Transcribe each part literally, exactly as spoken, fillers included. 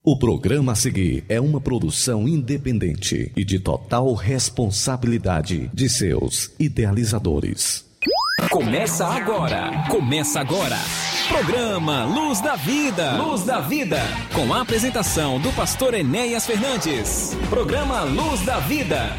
O programa a seguir é uma produção independente e de total responsabilidade de seus idealizadores. Começa agora, começa agora. Programa Luz da Vida, Luz da Vida, com a apresentação do pastor Enéas Fernandes. Programa Luz da Vida.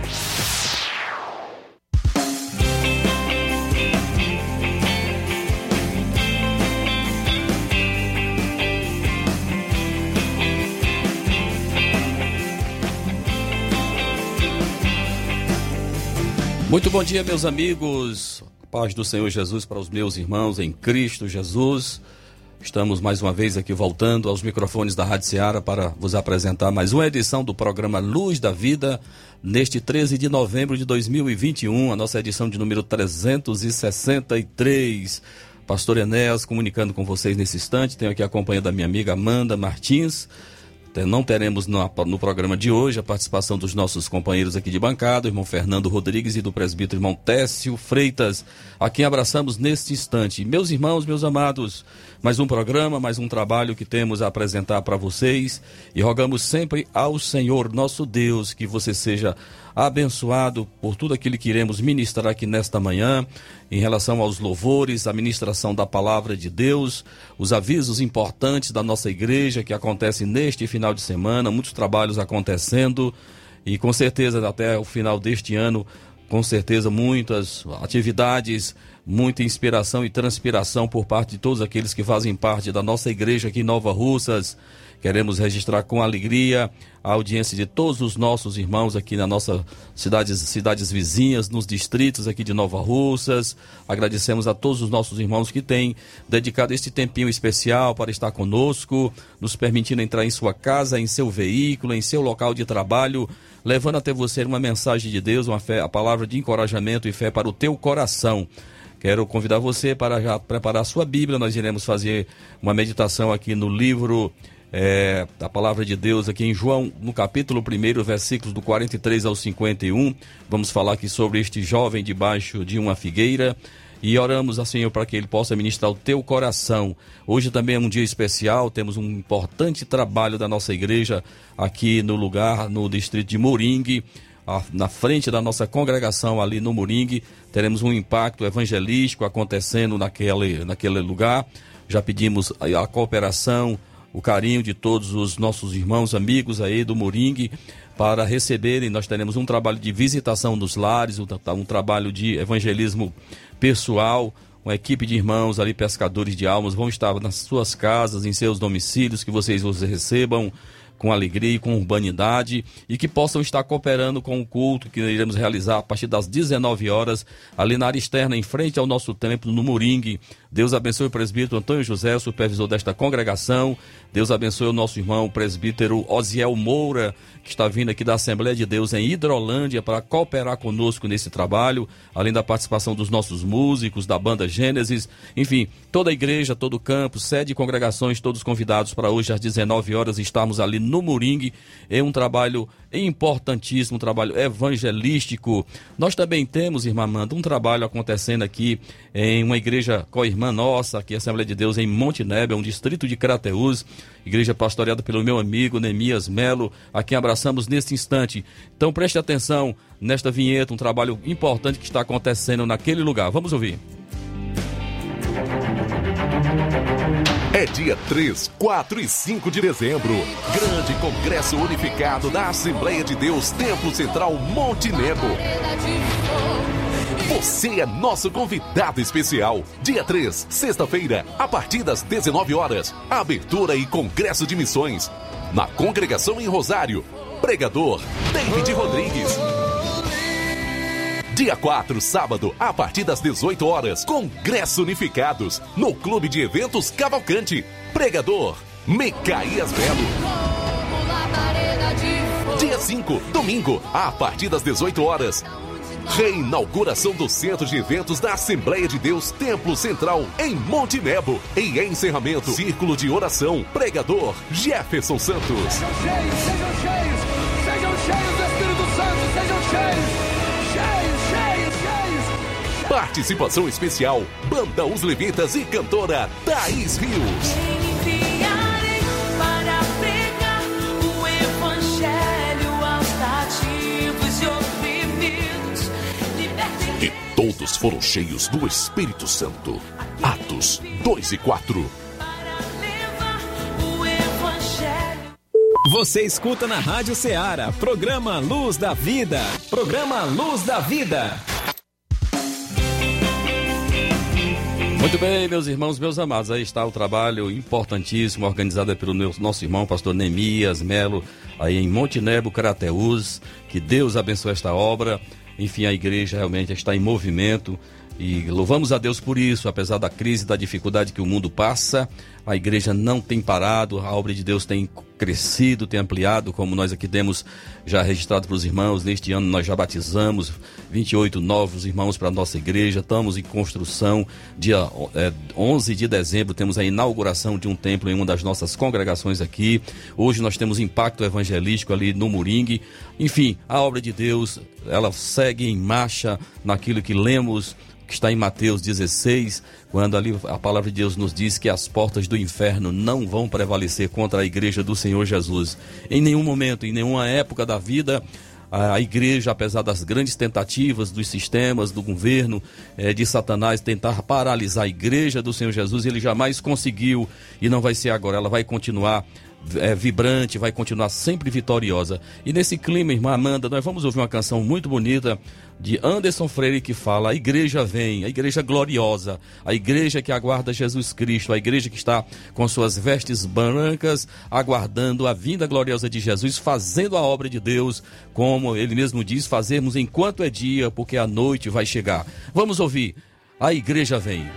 Muito bom dia, meus amigos. Paz do Senhor Jesus para os meus irmãos em Cristo Jesus. Estamos mais uma vez aqui voltando aos microfones da Rádio Ceará para vos apresentar mais uma edição do programa Luz da Vida, neste treze de novembro de dois mil e vinte e um, a nossa edição de número trezentos e sessenta e três. Pastor Enéas comunicando com vocês nesse instante. Tenho aqui a companhia da minha amiga Amanda Martins. Não teremos no, no programa de hoje a participação dos nossos companheiros aqui de bancada, o irmão Fernando Rodrigues e do presbítero irmão Técio Freitas, a quem abraçamos neste instante. Meus irmãos, meus amados, mais um programa, mais um trabalho que temos a apresentar para vocês e rogamos sempre ao Senhor nosso Deus que você seja abençoado por tudo aquilo que iremos ministrar aqui nesta manhã, em relação aos louvores, a ministração da palavra de Deus, os avisos importantes da nossa igreja que acontecem neste final de semana, muitos trabalhos acontecendo e com certeza até o final deste ano, com certeza muitas atividades, muita inspiração e transpiração por parte de todos aqueles que fazem parte da nossa igreja aqui em Nova Russas. Queremos registrar com alegria a audiência de todos os nossos irmãos aqui na nossa cidades, cidades vizinhas, nos distritos aqui de Nova Russas. Agradecemos a todos os nossos irmãos que têm dedicado este tempinho especial para estar conosco, nos permitindo entrar em sua casa, em seu veículo, em seu local de trabalho, levando até você uma mensagem de Deus, uma fé, a palavra de encorajamento e fé para o teu coração. Quero convidar você para já preparar a sua Bíblia. Nós iremos fazer uma meditação aqui no livro É, a palavra de Deus aqui em João, no capítulo primeiro, versículos do quarenta e três ao cinquenta e um. Vamos falar aqui sobre este jovem debaixo de uma figueira e oramos ao Senhor para que Ele possa ministrar o teu coração. Hoje também é um dia especial, temos um importante trabalho da nossa igreja aqui no lugar, no distrito de Moringue, na frente da nossa congregação ali no Moringue. Teremos um impacto evangelístico acontecendo naquele, naquele lugar. Já pedimos a, a cooperação, o carinho de todos os nossos irmãos, amigos aí do Moringue, para receberem. Nós teremos um trabalho de visitação dos lares, um, um trabalho de evangelismo pessoal, uma equipe de irmãos ali, pescadores de almas, vão estar nas suas casas, em seus domicílios, que vocês os recebam com alegria e com urbanidade e que possam estar cooperando com o culto que iremos realizar a partir das dezenove horas, ali na área externa, em frente ao nosso templo, no Moringue. Deus abençoe o presbítero Antônio José, supervisor desta congregação. Deus abençoe o nosso irmão, o presbítero Osiel Moura, que está vindo aqui da Assembleia de Deus em Hidrolândia para cooperar conosco nesse trabalho, além da participação dos nossos músicos, da banda Gênesis, enfim, toda a igreja, todo o campo, sede e congregações, todos convidados para hoje às dezenove horas estarmos ali no Moringue. É um trabalho importantíssimo, um trabalho evangelístico. Nós também temos, irmã Amanda, um trabalho acontecendo aqui em uma igreja co-irmã nossa, aqui a Assembleia de Deus em Monte Nebo, um distrito de Crateús, igreja pastoreada pelo meu amigo Neemias Melo, a quem abraçamos neste instante. Então preste atenção nesta vinheta, um trabalho importante que está acontecendo naquele lugar. Vamos ouvir. É dia três, quatro e cinco de dezembro. Grande Congresso Unificado da Assembleia de Deus, Templo Central Monte Nebo. Você é nosso convidado especial. Dia três, sexta-feira, a partir das dezenove horas. Abertura e Congresso de Missões. Na Congregação em Rosário. Pregador, David Rodrigues. Dia quatro, sábado, a partir das dezoito horas, Congresso Unificados, no Clube de Eventos Cavalcante. Pregador, Micaías Melo. Dia cinco, domingo, a partir das dezoito horas, reinauguração do Centro de Eventos da Assembleia de Deus, Templo Central, em Monte Nebo. E encerramento, Círculo de Oração. Pregador, Jefferson Santos. Sejam cheios, sejam cheios, sejam cheios do Espírito Santo, sejam cheios. Participação especial, Banda Os Levitas e cantora Thaís Rios. Enviarei para pregar. homens foram cheios do Espírito Santo. Atos dois e quatro. Você escuta na Rádio Ceará, programa Luz da Vida. Programa Luz da Vida. Muito bem, meus irmãos, meus amados, aí está o trabalho importantíssimo organizado pelo meu, nosso irmão, pastor Neemias Melo, aí em Monte Nebo, Crateús. Que Deus abençoe esta obra. Enfim, a igreja realmente está em movimento e louvamos a Deus por isso. Apesar da crise, da dificuldade que o mundo passa, a igreja não tem parado, a obra de Deus tem crescido, tem ampliado, como nós aqui temos já registrado para os irmãos. Neste ano nós já batizamos vinte e oito novos irmãos para a nossa igreja, estamos em construção. Dia é, onze de dezembro temos a inauguração de um templo em uma das nossas congregações aqui. Hoje nós temos impacto evangelístico ali no Moringue. Enfim, a obra de Deus, ela segue em marcha naquilo que lemos, que está em Mateus dezesseis, quando ali a palavra de Deus nos diz que as portas do inferno não vão prevalecer contra a igreja do Senhor Jesus. Em nenhum momento, em nenhuma época da vida, a igreja, apesar das grandes tentativas dos sistemas, do governo, eh, de Satanás tentar paralisar a igreja do Senhor Jesus, ele jamais conseguiu e não vai ser agora. Ela vai continuar É, vibrante, vai continuar sempre vitoriosa. E nesse clima, irmã Amanda, nós vamos ouvir uma canção muito bonita de Anderson Freire que fala: a igreja vem, a igreja gloriosa, a igreja que aguarda Jesus Cristo, a igreja que está com suas vestes brancas, aguardando a vinda gloriosa de Jesus, fazendo a obra de Deus, como ele mesmo diz, fazermos enquanto é dia, porque a noite vai chegar. Vamos ouvir: a igreja vem.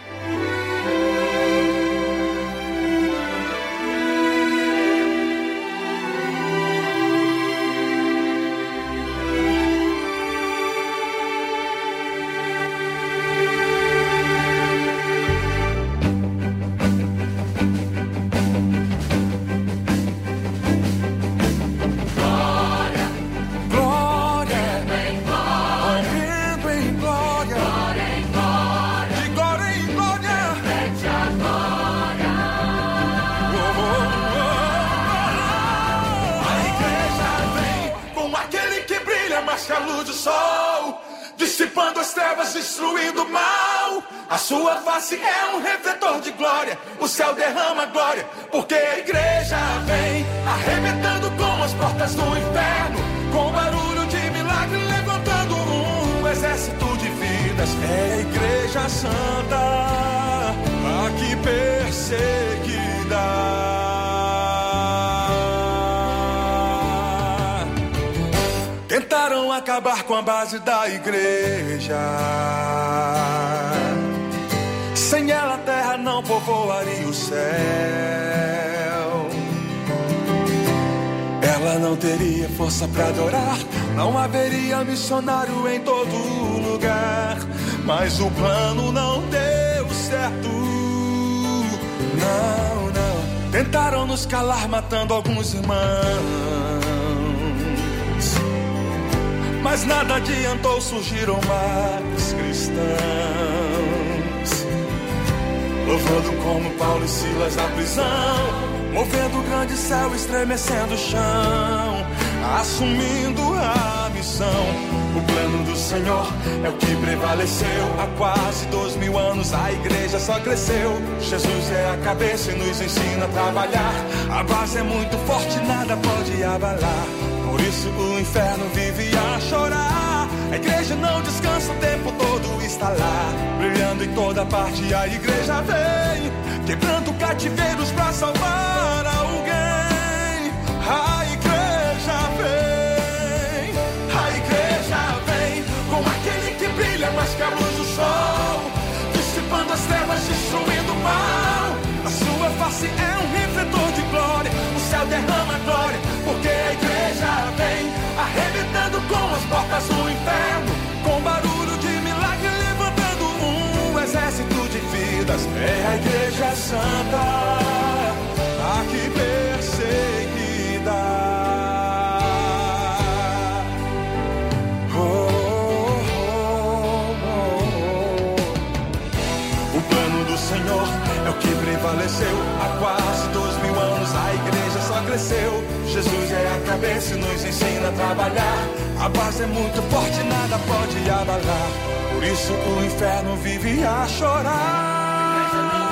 O céu derrama glória, porque a igreja vem arrebentando com as portas do inferno, com barulho de milagre, levantando um exército de vidas. É a igreja santa, aqui perseguida. Tentaram acabar com a base da igreja. Sem ela a terra não povoaria o céu. Ela não teria força para adorar, não haveria missionário em todo lugar. Mas o plano não deu certo. Não, não. Tentaram nos calar matando alguns irmãos, mas nada adiantou, surgiram mais cristãos. Louvando como Paulo e Silas na prisão, movendo o grande céu, estremecendo o chão, assumindo a missão. O plano do Senhor é o que prevaleceu. Há quase dois mil anos a igreja só cresceu. Jesus é a cabeça e nos ensina a trabalhar. A base é muito forte, nada pode abalar. Por isso o inferno vive a chorar. A igreja não descansa, o tempo todo está lá, brilhando em toda parte. A igreja vem, quebrando cativeiros pra salvar alguém. A igreja vem, a igreja vem, com aquele que brilha mais que a luz do sol, dissipando as trevas, destruindo o mal. A sua face é um refletor de glória, o céu derrama glória, porque a igreja vem, arrebentando com as portas do inferno, com barulho de milagre, levantando um exército de vidas. É a igreja santa, aqui perseguida. Oh, oh, oh, oh. O plano do Senhor é o que prevaleceu. Há quase dois mil anos a igreja só cresceu. Jesus é a cabeça e nos ensina a trabalhar. A base é muito forte, nada pode abalar. Por Por isso o inferno vive a chorar.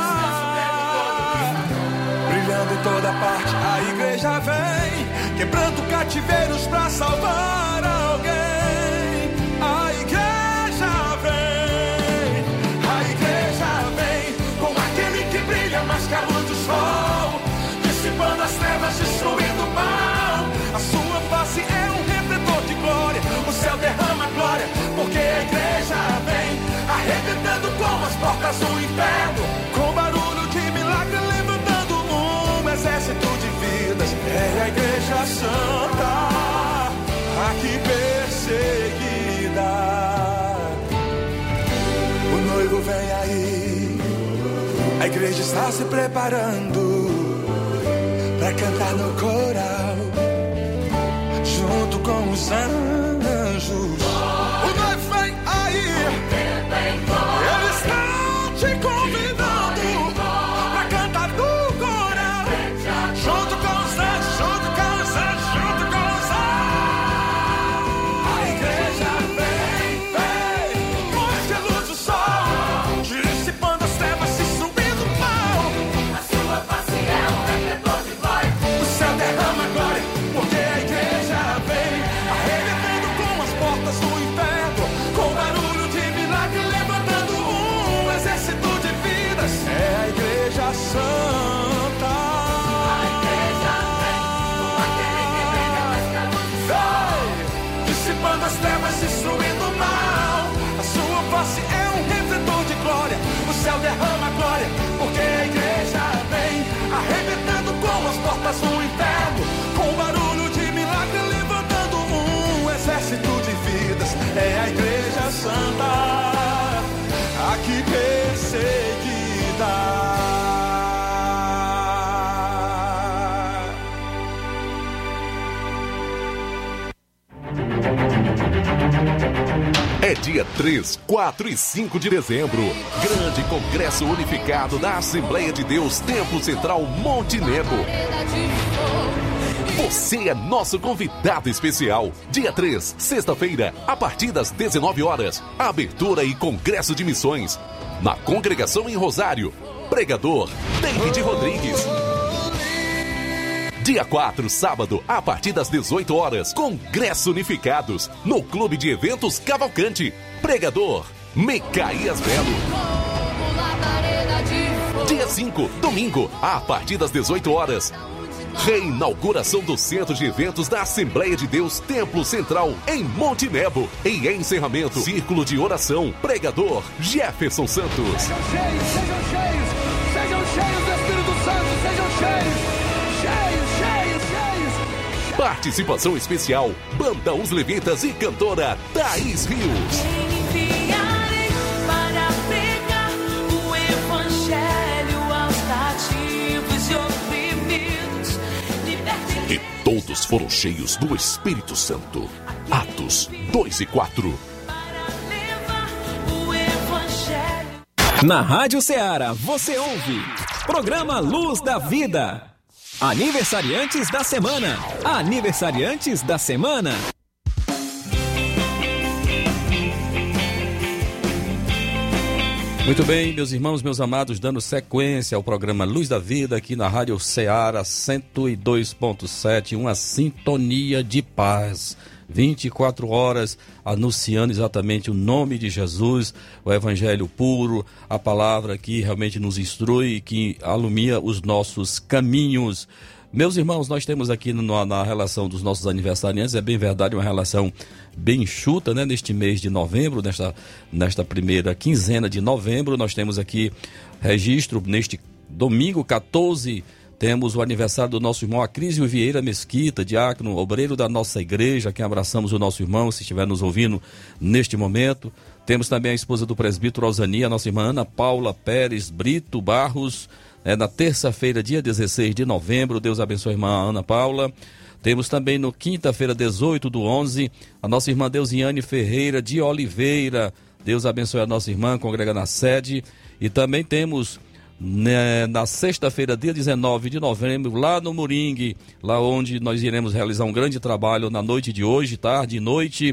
Brilhando em toda parte, a igreja vem, quebrando cativeiros pra salvar alguém. A igreja vem, a igreja vem, com aquele que brilha mais que a luz do sol, dissipando as trevas, destruindo o mal. A sua face é um refletor de glória, o céu derrama glória, porque a igreja vem, arrebentando com as portas do inferno, com barulho de milagre, levantando um exército de vidas. É a igreja santa, aqui perseguida. O noivo vem aí, a igreja está se preparando para cantar no coral, junto com os anjos. O noivo vem aí, ele está te convidando para cantar no coral, junto com os anjos, junto com os anjos, junto com os anjos. A igreja vem, vem, com a luz do sol, dissipando as trevas, destruindo o mal. A sua face é um refletor de glória, o céu derrama glória, porque a igreja vem, arrebentando com as portas do inferno, com barulho de milagre, levantando um exército de vidas. É a igreja santa, a igreja vem, com aquele que brilha mais que a luz do sol, dissipando as trevas, destruindo o mal. A sua face é um refletor de glória, o céu derrama glória, porque a igreja vem, arrebentando com as portas do inferno, com barulho de milagre, levantando um exército de vidas. É a igreja santa, aqui perseguida. É dia três, quatro e cinco de dezembro. Grande Congresso Unificado da Assembleia de Deus, Templo Central Monte Nebo. Você é nosso convidado especial. Dia três, sexta-feira, a partir das dezenove horas. Abertura e Congresso de Missões. Na Congregação em Rosário. Pregador, David Rodrigues. Dia quatro, sábado, a partir das dezoito horas, Congresso Unificados, no Clube de Eventos Cavalcante. Pregador, Micaías Belo. Dia cinco, domingo, a partir das dezoito horas, reinauguração do Centro de Eventos da Assembleia de Deus, Templo Central, em Monte Nebo. E encerramento, Círculo de Oração. Pregador, Jefferson Santos. Sejam cheios, sejam cheios, sejam cheios do Espírito Santo, sejam cheios. Participação especial, Banda Os Levitas e cantora Thaís Rios. Enviarei para pregar o evangelho aos cativos e oprimidos. Libertem. E todos foram cheios do Espírito Santo. Atos dois e quatro. Para levar o evangelho. Na Rádio Ceará, você ouve Programa Luz da Vida. Aniversariantes da semana. Aniversariantes da semana. Muito bem, meus irmãos, meus amados, dando sequência ao programa Luz da Vida aqui na Rádio Ceará cento e dois ponto sete, uma sintonia de paz. vinte e quatro horas anunciando exatamente o nome de Jesus, o evangelho puro, a palavra que realmente nos instrui, que alumia os nossos caminhos. Meus irmãos, nós temos aqui no, na relação dos nossos aniversariantes, é bem verdade, uma relação bem enxuta, né? Neste mês de novembro, nesta, nesta primeira quinzena de novembro, nós temos aqui registro, neste domingo quatorze, temos o aniversário do nosso irmão Acrísio Vieira Mesquita, diácono, obreiro da nossa igreja, que abraçamos o nosso irmão, se estiver nos ouvindo neste momento. Temos também a esposa do presbítero Alzania, a nossa irmã Ana Paula Pérez Brito Barros, é, na terça-feira, dia dezesseis de novembro. Deus abençoe a irmã Ana Paula. Temos também no quinta-feira, dezoito do onze, a nossa irmã Deusiane Ferreira de Oliveira. Deus abençoe a nossa irmã, congrega na sede. E também temos na sexta-feira, dia dezenove de novembro, lá no Moringue, lá onde nós iremos realizar um grande trabalho na noite de hoje, tarde e noite,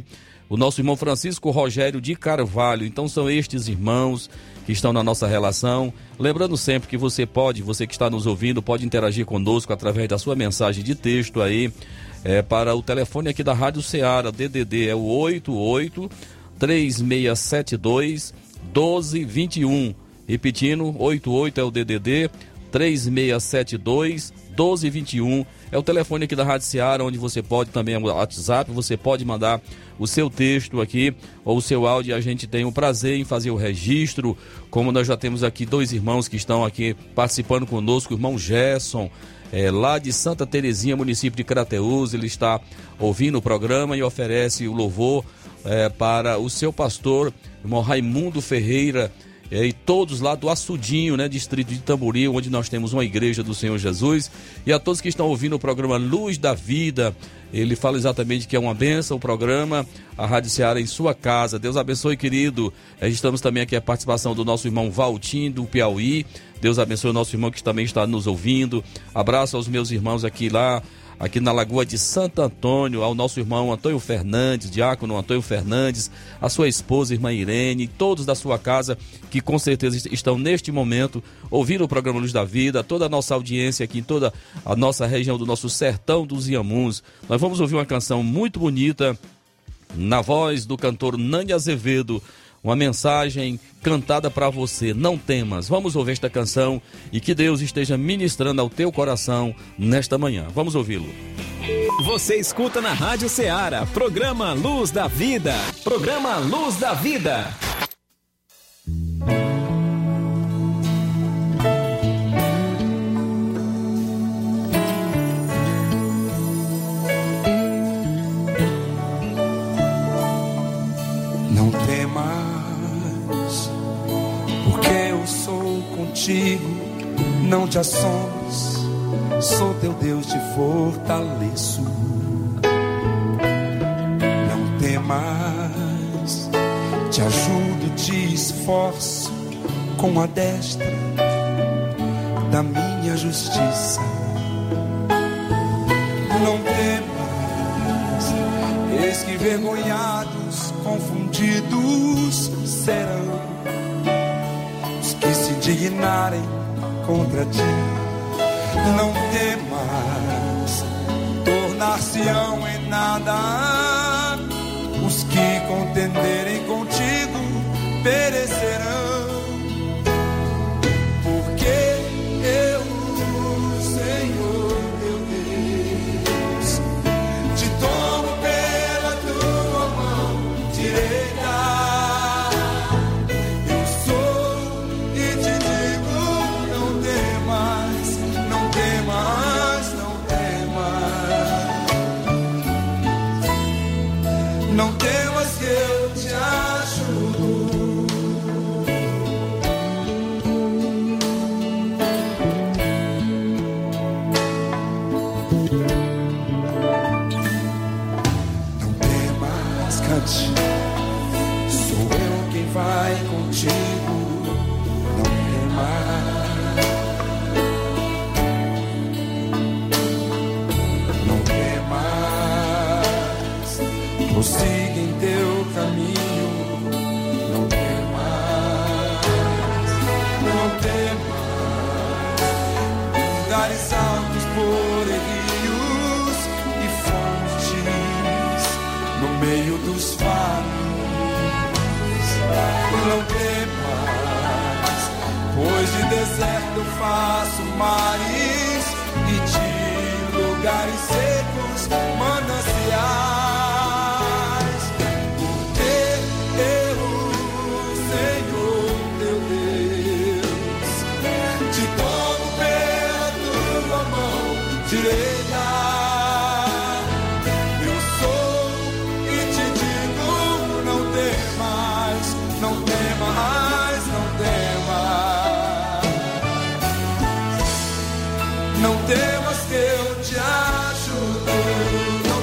o nosso irmão Francisco Rogério de Carvalho. Então são estes irmãos que estão na nossa relação. Lembrando sempre que você pode, você que está nos ouvindo, pode interagir conosco através da sua mensagem de texto aí, é, para o telefone aqui da Rádio Ceará. D D D é o oito oito, três seis sete dois, um dois dois um. Repetindo, oito oito é o D D D, três seis sete dois, um dois dois um. É o telefone aqui da Rádio Ceará, onde você pode também, é o WhatsApp, você pode mandar o seu texto aqui, ou o seu áudio, e a gente tem o prazer em fazer o registro, como nós já temos aqui dois irmãos que estão aqui participando conosco, o irmão Gerson, é, lá de Santa Terezinha, município de Crateús. Ele está ouvindo o programa e oferece o louvor é, para o seu pastor, irmão Raimundo Ferreira, e todos lá do Açudinho, né, distrito de Tamboril, onde nós temos uma igreja do Senhor Jesus. E a todos que estão ouvindo o programa Luz da Vida, ele fala exatamente que é uma bênção o programa, a Rádio Ceará em sua casa. Deus abençoe, querido. Estamos também aqui a participação do nosso irmão Valtim, do Piauí. Deus abençoe o nosso irmão que também está nos ouvindo. Abraço aos meus irmãos aqui lá, aqui na Lagoa de Santo Antônio, ao nosso irmão Antônio Fernandes, diácono Antônio Fernandes, a sua esposa, irmã Irene, todos da sua casa que com certeza estão neste momento ouvindo o programa Luz da Vida, toda a nossa audiência aqui em toda a nossa região do nosso sertão dos Inhamuns. Nós vamos ouvir uma canção muito bonita na voz do cantor Nani Azevedo, uma mensagem cantada para você. Não temas. Vamos ouvir esta canção e que Deus esteja ministrando ao teu coração nesta manhã. Vamos ouvi-lo. Você escuta na Rádio Ceará, programa Luz da Vida. Programa Luz da Vida. Não temas, porque eu sou contigo. Não te assombres, sou teu Deus, te fortaleço. Não temas, te ajudo, te esforço com a destra da minha justiça. Não temas, eis que vergonhados, confundidos serão os que se indignarem contra ti. Não temas, tornar-se-ão em nada os que contenderem contigo, perecerão. Porque eu, Senhor teu Deus, te tomo pela tua mão direita. Eu sou e te digo, não temas, não temas, não temas. Não temas que eu te ajudo. Não temas, cante. Sou eu quem vai contigo. Não temas. Não temas. Prossiga em teu caminho. Não temas. Não temas. Lugares altos por rios e fontes no meio dos vales. Não temas, pois de deserto faço mares e de lugares secos mananciais. Porque eu, Senhor teu Deus, te tomo pela tua mão direita. Eu sou e te digo, não temas, não temas, não temas. Não temas que eu te ajudo.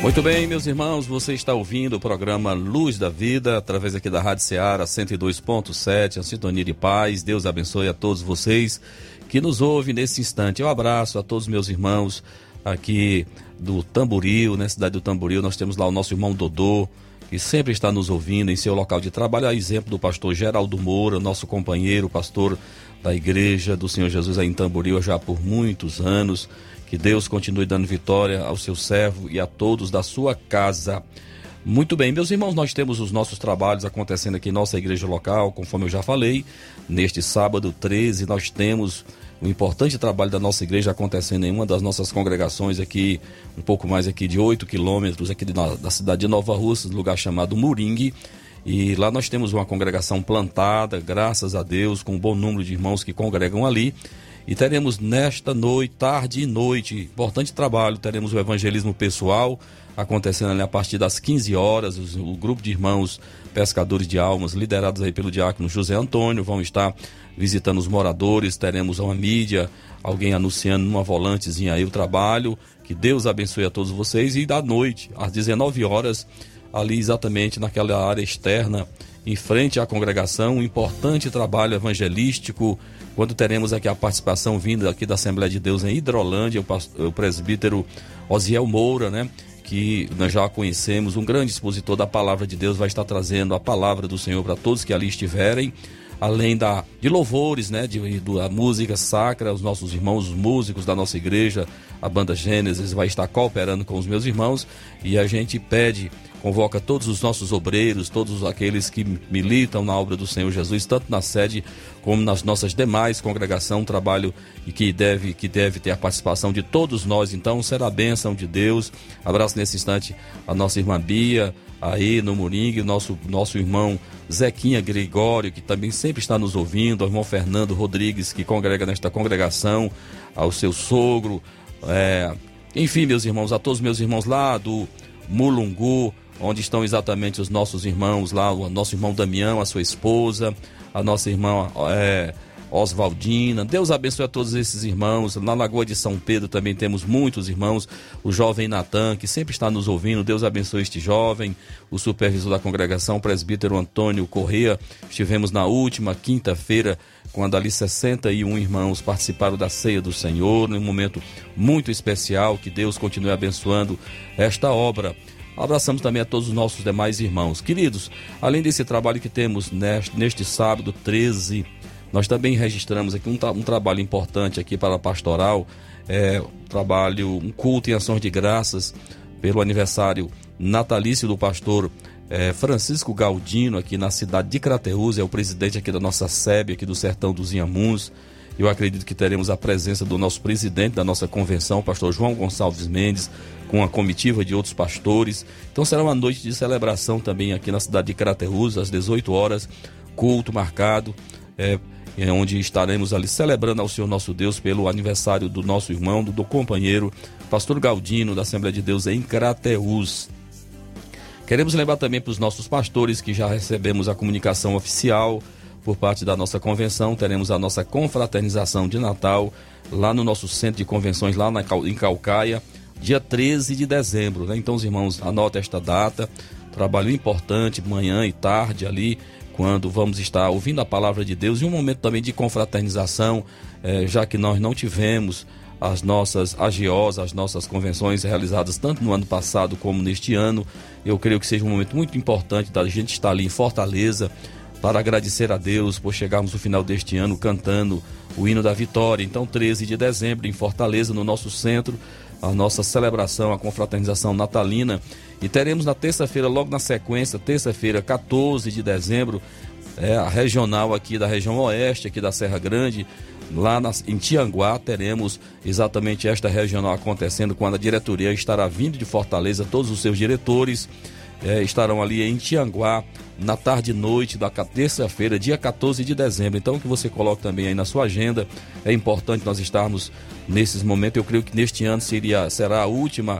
Muito bem, meus irmãos, você está ouvindo o programa Luz da Vida, através aqui da Rádio Ceará cento e dois ponto sete, a sintonia de paz. Deus abençoe a todos vocês que nos ouvem nesse instante. Um abraço a todos os meus irmãos aqui do Tamboril, na cidade do Tamboril. Nós temos lá o nosso irmão Dodô, que sempre está nos ouvindo em seu local de trabalho, a exemplo do pastor Geraldo Moura, nosso companheiro, pastor da Igreja do Senhor Jesus aí em Tamboril já por muitos anos. Que Deus continue dando vitória ao seu servo e a todos da sua casa. Muito bem, meus irmãos, nós temos os nossos trabalhos acontecendo aqui em nossa igreja local, conforme eu já falei. Neste sábado treze, nós temos um importante trabalho da nossa igreja acontecendo em uma das nossas congregações aqui, um pouco mais aqui de oito quilômetros aqui de, da cidade de Nova Russas, lugar chamado Moringue. E lá nós temos uma congregação plantada, graças a Deus, com um bom número de irmãos que congregam ali. E teremos nesta noite, tarde e noite, importante trabalho, teremos o evangelismo pessoal acontecendo ali a partir das quinze horas. Os, o grupo de irmãos pescadores de almas, liderados aí pelo diácono José Antônio, vão estar visitando os moradores. Teremos uma mídia, alguém anunciando numa volantezinha aí o trabalho. Que Deus abençoe a todos vocês. E da noite, às dezenove horas, ali exatamente naquela área externa, em frente à congregação, um importante trabalho evangelístico, quando teremos aqui a participação vinda aqui da Assembleia de Deus em Hidrolândia, o, pastor, o presbítero Osiel Moura, né, que nós já conhecemos, um grande expositor da palavra de Deus, vai estar trazendo a palavra do Senhor para todos que ali estiverem, além da, de louvores, né, de, de, da música sacra. Os nossos irmãos, os músicos da nossa igreja, a banda Gênesis vai estar cooperando com os meus irmãos, e a gente pede, convoca todos os nossos obreiros, todos aqueles que militam na obra do Senhor Jesus, tanto na sede como nas nossas demais congregações, um trabalho e que deve, que deve ter a participação de todos nós. Então será a bênção de Deus. Abraço nesse instante a nossa irmã Bia, aí no Moringue, nosso, nosso irmão Zequinha Gregório, que também sempre está nos ouvindo, o irmão Fernando Rodrigues, que congrega nesta congregação, ao seu sogro, é, enfim, meus irmãos, a todos os meus irmãos lá do Mulungu, onde estão exatamente os nossos irmãos lá, o nosso irmão Damião, a sua esposa, a nossa irmã é, Oswaldina. Deus abençoe a todos esses irmãos. Na Lagoa de São Pedro também temos muitos irmãos, o jovem Natan, que sempre está nos ouvindo. Deus abençoe este jovem, o supervisor da congregação, o presbítero Antônio Corrêa. Estivemos na última quinta-feira, quando ali sessenta e um irmãos participaram da ceia do Senhor, num momento muito especial. Que Deus continue abençoando esta obra. Abraçamos também a todos os nossos demais irmãos. Queridos, além desse trabalho que temos neste, neste sábado treze, nós também registramos aqui um, um trabalho importante aqui para a pastoral, é, um trabalho, um culto em ações de graças pelo aniversário natalício do pastor é, Francisco Galdino, aqui na cidade de Crateús. É o presidente aqui da nossa S E B, aqui do Sertão dos Inhamuns. Eu acredito que teremos a presença do nosso presidente da nossa convenção, o pastor João Gonçalves Mendes, com a comitiva de outros pastores. Então será uma noite de celebração também aqui na cidade de Crateús, às dezoito horas, culto marcado, é, é onde estaremos ali celebrando ao Senhor nosso Deus pelo aniversário do nosso irmão, do, do companheiro, pastor Galdino, da Assembleia de Deus em Crateús. Queremos lembrar também para os nossos pastores que já recebemos a comunicação oficial por parte da nossa convenção. Teremos a nossa confraternização de Natal lá no nosso centro de convenções, lá na, em Caucaia, dia treze de dezembro, né? Então, os irmãos, anotem esta data, trabalho importante, manhã e tarde ali, quando vamos estar ouvindo a palavra de Deus, e um momento também de confraternização, eh, já que nós não tivemos as nossas A G Os, as nossas convenções realizadas tanto no ano passado como neste ano. Eu creio que seja um momento muito importante da gente estar ali em Fortaleza, para agradecer a Deus por chegarmos no final deste ano cantando o hino da vitória. Então, treze de dezembro, em Fortaleza, no nosso centro, a nossa celebração, a confraternização natalina. E teremos na terça-feira, logo na sequência, terça-feira, quatorze de dezembro, é, a regional aqui da região oeste, aqui da Serra Grande, lá na, em Tianguá, teremos exatamente esta regional acontecendo, quando a diretoria estará vindo de Fortaleza, todos os seus diretores é, estarão ali em Tianguá, na tarde e noite da terça-feira, dia quatorze de dezembro. Então, que você coloque também aí na sua agenda. É importante nós estarmos nesses momentos. Eu creio que neste ano seria, será a última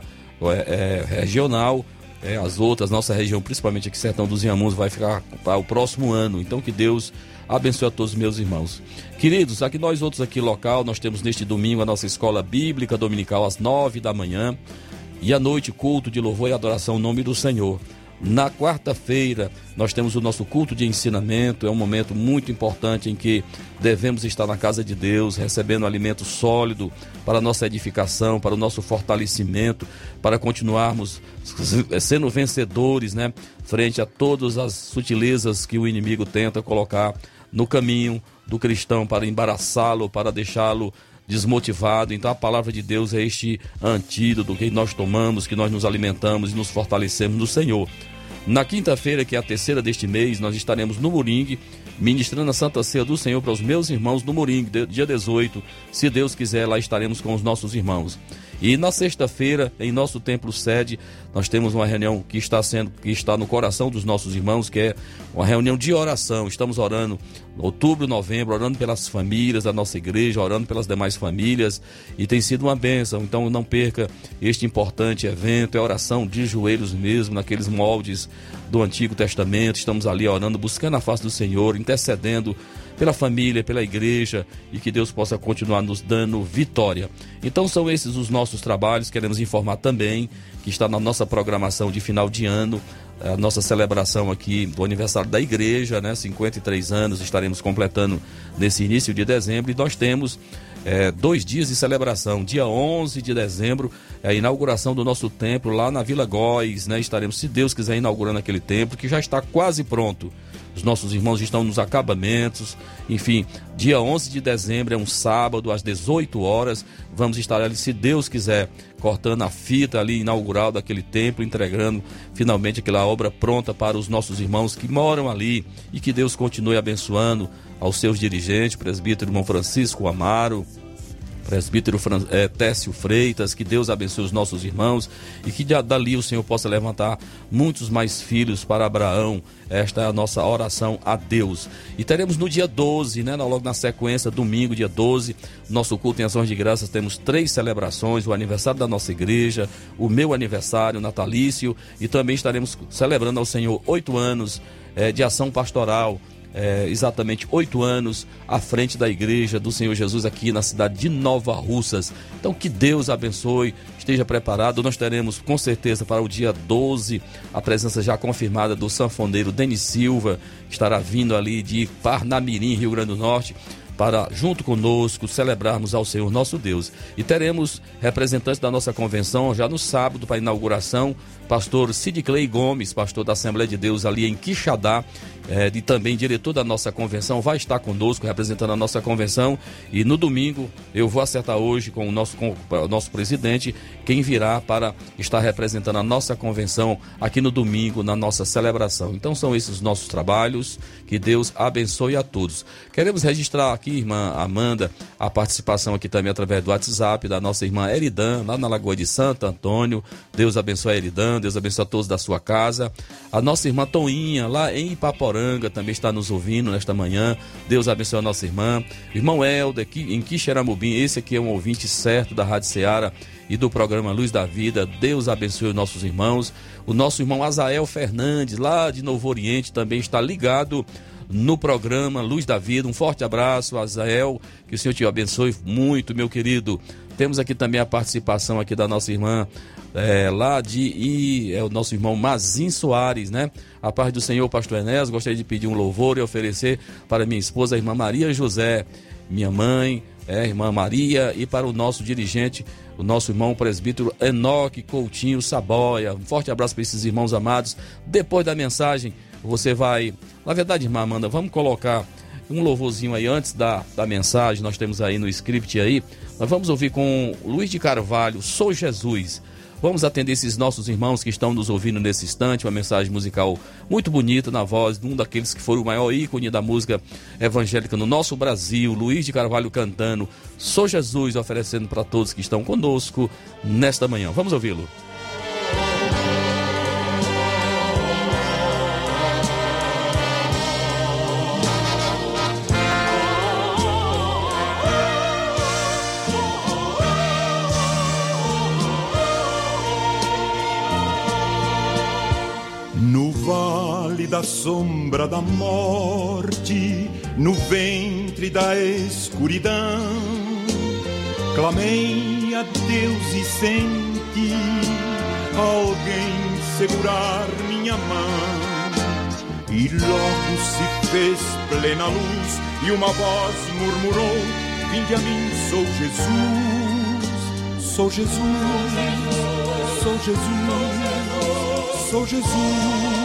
é, é, regional. É, as outras, nossa região, principalmente aqui Sertão dos Inhamuns, vai ficar para o próximo ano. Então, que Deus abençoe a todos os meus irmãos. Queridos, aqui nós outros aqui local, nós temos neste domingo a nossa escola bíblica dominical às nove da manhã. E à noite, culto de louvor e adoração ao nome do Senhor. Na quarta-feira, nós temos o nosso culto de ensinamento. É um momento muito importante em que devemos estar na casa de Deus, recebendo alimento sólido para a nossa edificação, para o nosso fortalecimento, para continuarmos sendo vencedores, né, frente a todas as sutilezas que o inimigo tenta colocar no caminho do cristão para embaraçá-lo, para deixá-lo desmotivado. Então a palavra de Deus é este antídoto que nós tomamos, que nós nos alimentamos e nos fortalecemos no Senhor. Na quinta-feira, que é a terceira deste mês, nós estaremos no Moringue, ministrando a Santa Ceia do Senhor para os meus irmãos no Moringue, dia dezoito. Se Deus quiser, lá estaremos com os nossos irmãos. E na sexta-feira, em nosso templo sede, nós temos uma reunião que está sendo, que está no coração dos nossos irmãos, que é uma reunião de oração. Estamos orando outubro, novembro, orando pelas famílias da nossa igreja, orando pelas demais famílias, e tem sido uma bênção. Então não perca este importante evento, é oração de joelhos mesmo, naqueles moldes do Antigo Testamento. Estamos ali orando, buscando a face do Senhor, intercedendo pela família, pela igreja, e que Deus possa continuar nos dando vitória. Então são esses os nossos trabalhos. Queremos informar também que está na nossa programação de final de ano a nossa celebração aqui do aniversário da igreja, né? cinquenta e três anos estaremos completando nesse início de dezembro, e nós temos é, dois dias de celebração. Dia onze de dezembro é a inauguração do nosso templo lá na Vila Góes, né? Estaremos, se Deus quiser, inaugurando aquele templo que já está quase pronto. Os nossos irmãos estão nos acabamentos. Enfim, dia onze de dezembro é um sábado, às dezoito horas. Vamos estar ali, se Deus quiser, cortando a fita ali inaugural daquele templo, entregando finalmente aquela obra pronta para os nossos irmãos que moram ali, e que Deus continue abençoando aos seus dirigentes, presbítero irmão Francisco Amaro, presbítero é, Técio Freitas. Que Deus abençoe os nossos irmãos, e que dali o Senhor possa levantar muitos mais filhos para Abraão. Esta é a nossa oração a Deus. E teremos no dia doze, né, logo na sequência, domingo, dia doze, nosso culto em ações de graças. Temos três celebrações: o aniversário da nossa igreja, o meu aniversário natalício, e também estaremos celebrando ao Senhor oito anos é, de ação pastoral. É, exatamente oito anos à frente da igreja do Senhor Jesus aqui na cidade de Nova Russas. Então que Deus abençoe, esteja preparado. Nós teremos com certeza para o dia doze a presença já confirmada do sanfoneiro Denis Silva, que estará vindo ali de Parnamirim, Rio Grande do Norte, para, junto conosco, celebrarmos ao Senhor nosso Deus. E teremos representantes da nossa convenção já no sábado para a inauguração, pastor Cid Clay Gomes, pastor da Assembleia de Deus ali em Quixadá, é, e também diretor da nossa convenção, vai estar conosco representando a nossa convenção. E no domingo eu vou acertar hoje com o nosso, com o nosso presidente quem virá para estar representando a nossa convenção aqui no domingo, na nossa celebração. Então são esses os nossos trabalhos. Que Deus abençoe a todos. Queremos registrar aqui, irmã Amanda, a participação aqui também através do WhatsApp da nossa irmã Eridan, lá na Lagoa de Santo Antônio. Deus abençoe a Eridan, Deus abençoe a todos da sua casa. A nossa irmã Toinha, lá em Ipaporanga, também está nos ouvindo nesta manhã. Deus abençoe a nossa irmã. Irmão Helder, aqui em Quixeramobim, esse aqui é um ouvinte certo da Rádio Ceará e do programa Luz da Vida. Deus abençoe os nossos irmãos. O nosso irmão Azael Fernandes, lá de Novo Oriente, também está ligado no programa Luz da Vida. Um forte abraço, Azael, que o Senhor te abençoe muito, meu querido. Temos aqui também a participação aqui da nossa irmã é, lá de e, é o nosso irmão Mazin Soares, né? A paz do Senhor, pastor Enéas. Gostaria de pedir um louvor e oferecer para minha esposa, a irmã Maria José, minha mãe, é, irmã Maria, e para o nosso dirigente, o nosso irmão presbítero Enoque Coutinho Saboia. Um forte abraço para esses irmãos amados. Depois da mensagem, você vai... Na verdade, irmã Amanda, vamos colocar um louvorzinho aí antes da, da mensagem. Nós temos aí no script aí. Nós vamos ouvir com Luiz de Carvalho, Sou Jesus. Vamos atender esses nossos irmãos que estão nos ouvindo nesse instante. Uma mensagem musical muito bonita na voz de um daqueles que foram o maior ícone da música evangélica no nosso Brasil, Luiz de Carvalho cantando Sou Jesus, oferecendo para todos que estão conosco nesta manhã. Vamos ouvi-lo. Da sombra da morte, no ventre da escuridão, clamei a Deus e senti alguém segurar minha mão. E logo se fez plena luz e uma voz murmurou: vinde a mim, sou Jesus, sou Jesus, sou Jesus, sou Jesus.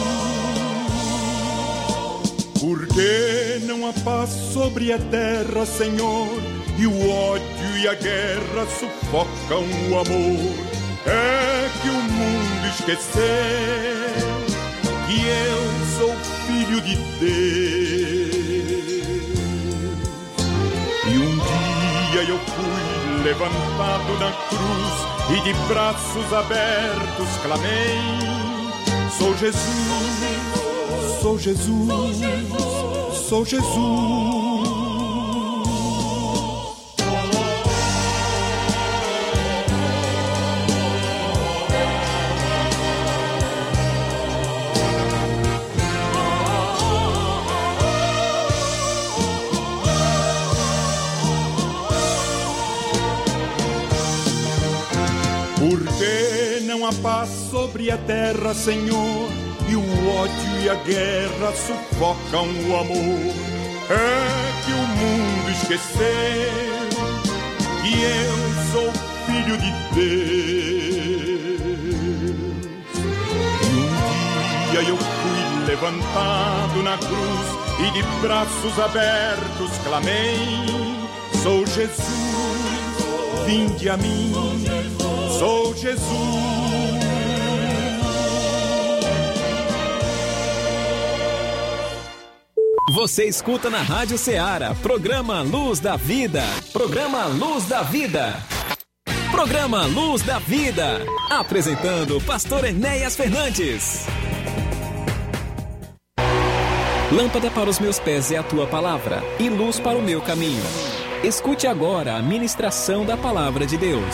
Por que não há paz sobre a terra, Senhor? E o ódio e a guerra sufocam o amor. É que o mundo esqueceu que eu sou filho de Deus. E um dia eu fui levantado na cruz e de braços abertos clamei: sou Jesus, sou Jesus, sou Jesus. Por que não há paz sobre a terra, Senhor? E o ódio e a guerra sufocam o amor. É que o mundo esqueceu que eu sou filho de Deus. E um dia eu fui levantado na cruz e de braços abertos clamei: sou Jesus, vinde a mim, sou Jesus. Você escuta na Rádio Ceará, programa Luz da Vida. Programa Luz da Vida. Programa Luz da Vida. Apresentando Pastor Enéas Fernandes. Lâmpada para os meus pés é a tua palavra e luz para o meu caminho. Escute agora a ministração da palavra de Deus.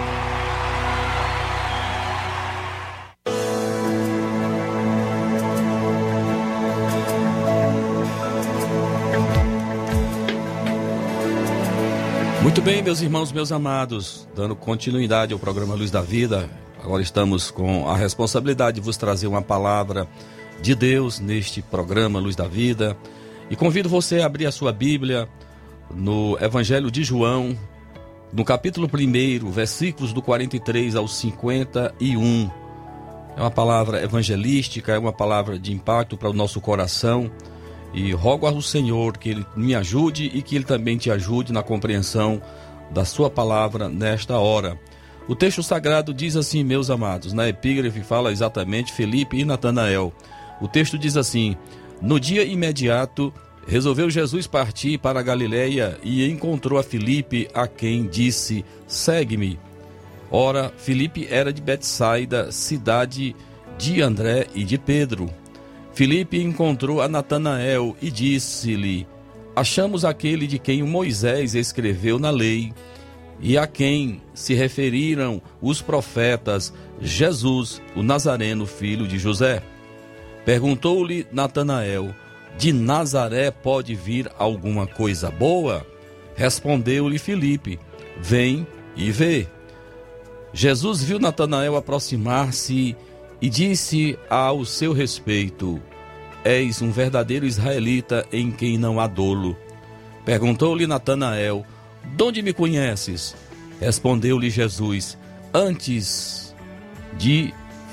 Muito bem, meus irmãos, meus amados, dando continuidade ao programa Luz da Vida, agora estamos com a responsabilidade de vos trazer uma palavra de Deus neste programa Luz da Vida. E convido você a abrir a sua Bíblia no Evangelho de João, no capítulo primeiro, versículos do quarenta e três ao cinquenta e um. É uma palavra evangelística, é uma palavra de impacto para o nosso coração. E rogo ao Senhor que Ele me ajude e que Ele também te ajude na compreensão da sua palavra nesta hora. O texto sagrado diz assim, meus amados, na epígrafe fala exatamente Felipe e Natanael. O texto diz assim: no dia imediato, resolveu Jesus partir para a Galileia e encontrou a Filipe, a quem disse: segue-me. Ora, Filipe era de Betsaida, cidade de André e de Pedro. Filipe encontrou a Natanael e disse-lhe: achamos aquele de quem Moisés escreveu na lei e a quem se referiram os profetas, Jesus, o Nazareno, filho de José. Perguntou-lhe Natanael: de Nazaré pode vir alguma coisa boa? Respondeu-lhe Filipe: vem e vê. Jesus viu Natanael aproximar-se e disse ao seu respeito: és um verdadeiro israelita em quem não há dolo. Perguntou-lhe Natanael: de onde me conheces? Respondeu-lhe Jesus: antes de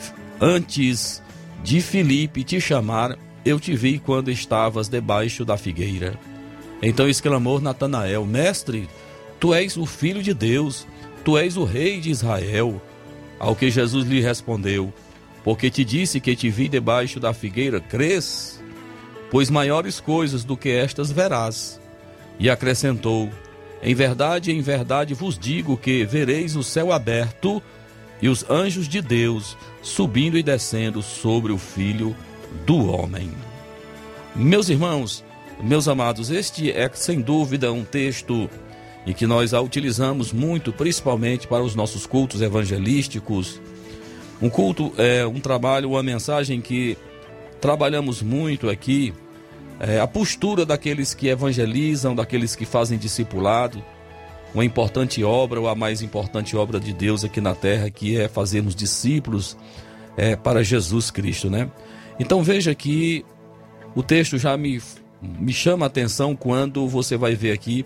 antes de Filipe te chamar, eu te vi quando estavas debaixo da figueira. Então exclamou Natanael: mestre, tu és o Filho de Deus, tu és o Rei de Israel. Ao que Jesus lhe respondeu: porque te disse que te vi debaixo da figueira, crês? Pois maiores coisas do que estas verás. E acrescentou: em verdade, em verdade vos digo que vereis o céu aberto e os anjos de Deus subindo e descendo sobre o Filho do Homem. Meus irmãos, meus amados, este é sem dúvida um texto em que nós a utilizamos muito, principalmente para os nossos cultos evangelísticos. Um culto é um trabalho, uma mensagem que trabalhamos muito aqui, é a postura daqueles que evangelizam, daqueles que fazem discipulado. uma importante obra, ou a mais importante obra de Deus aqui na terra, que é fazermos discípulos é, para Jesus Cristo, né? Então veja que o texto já me, me chama a atenção quando você vai ver aqui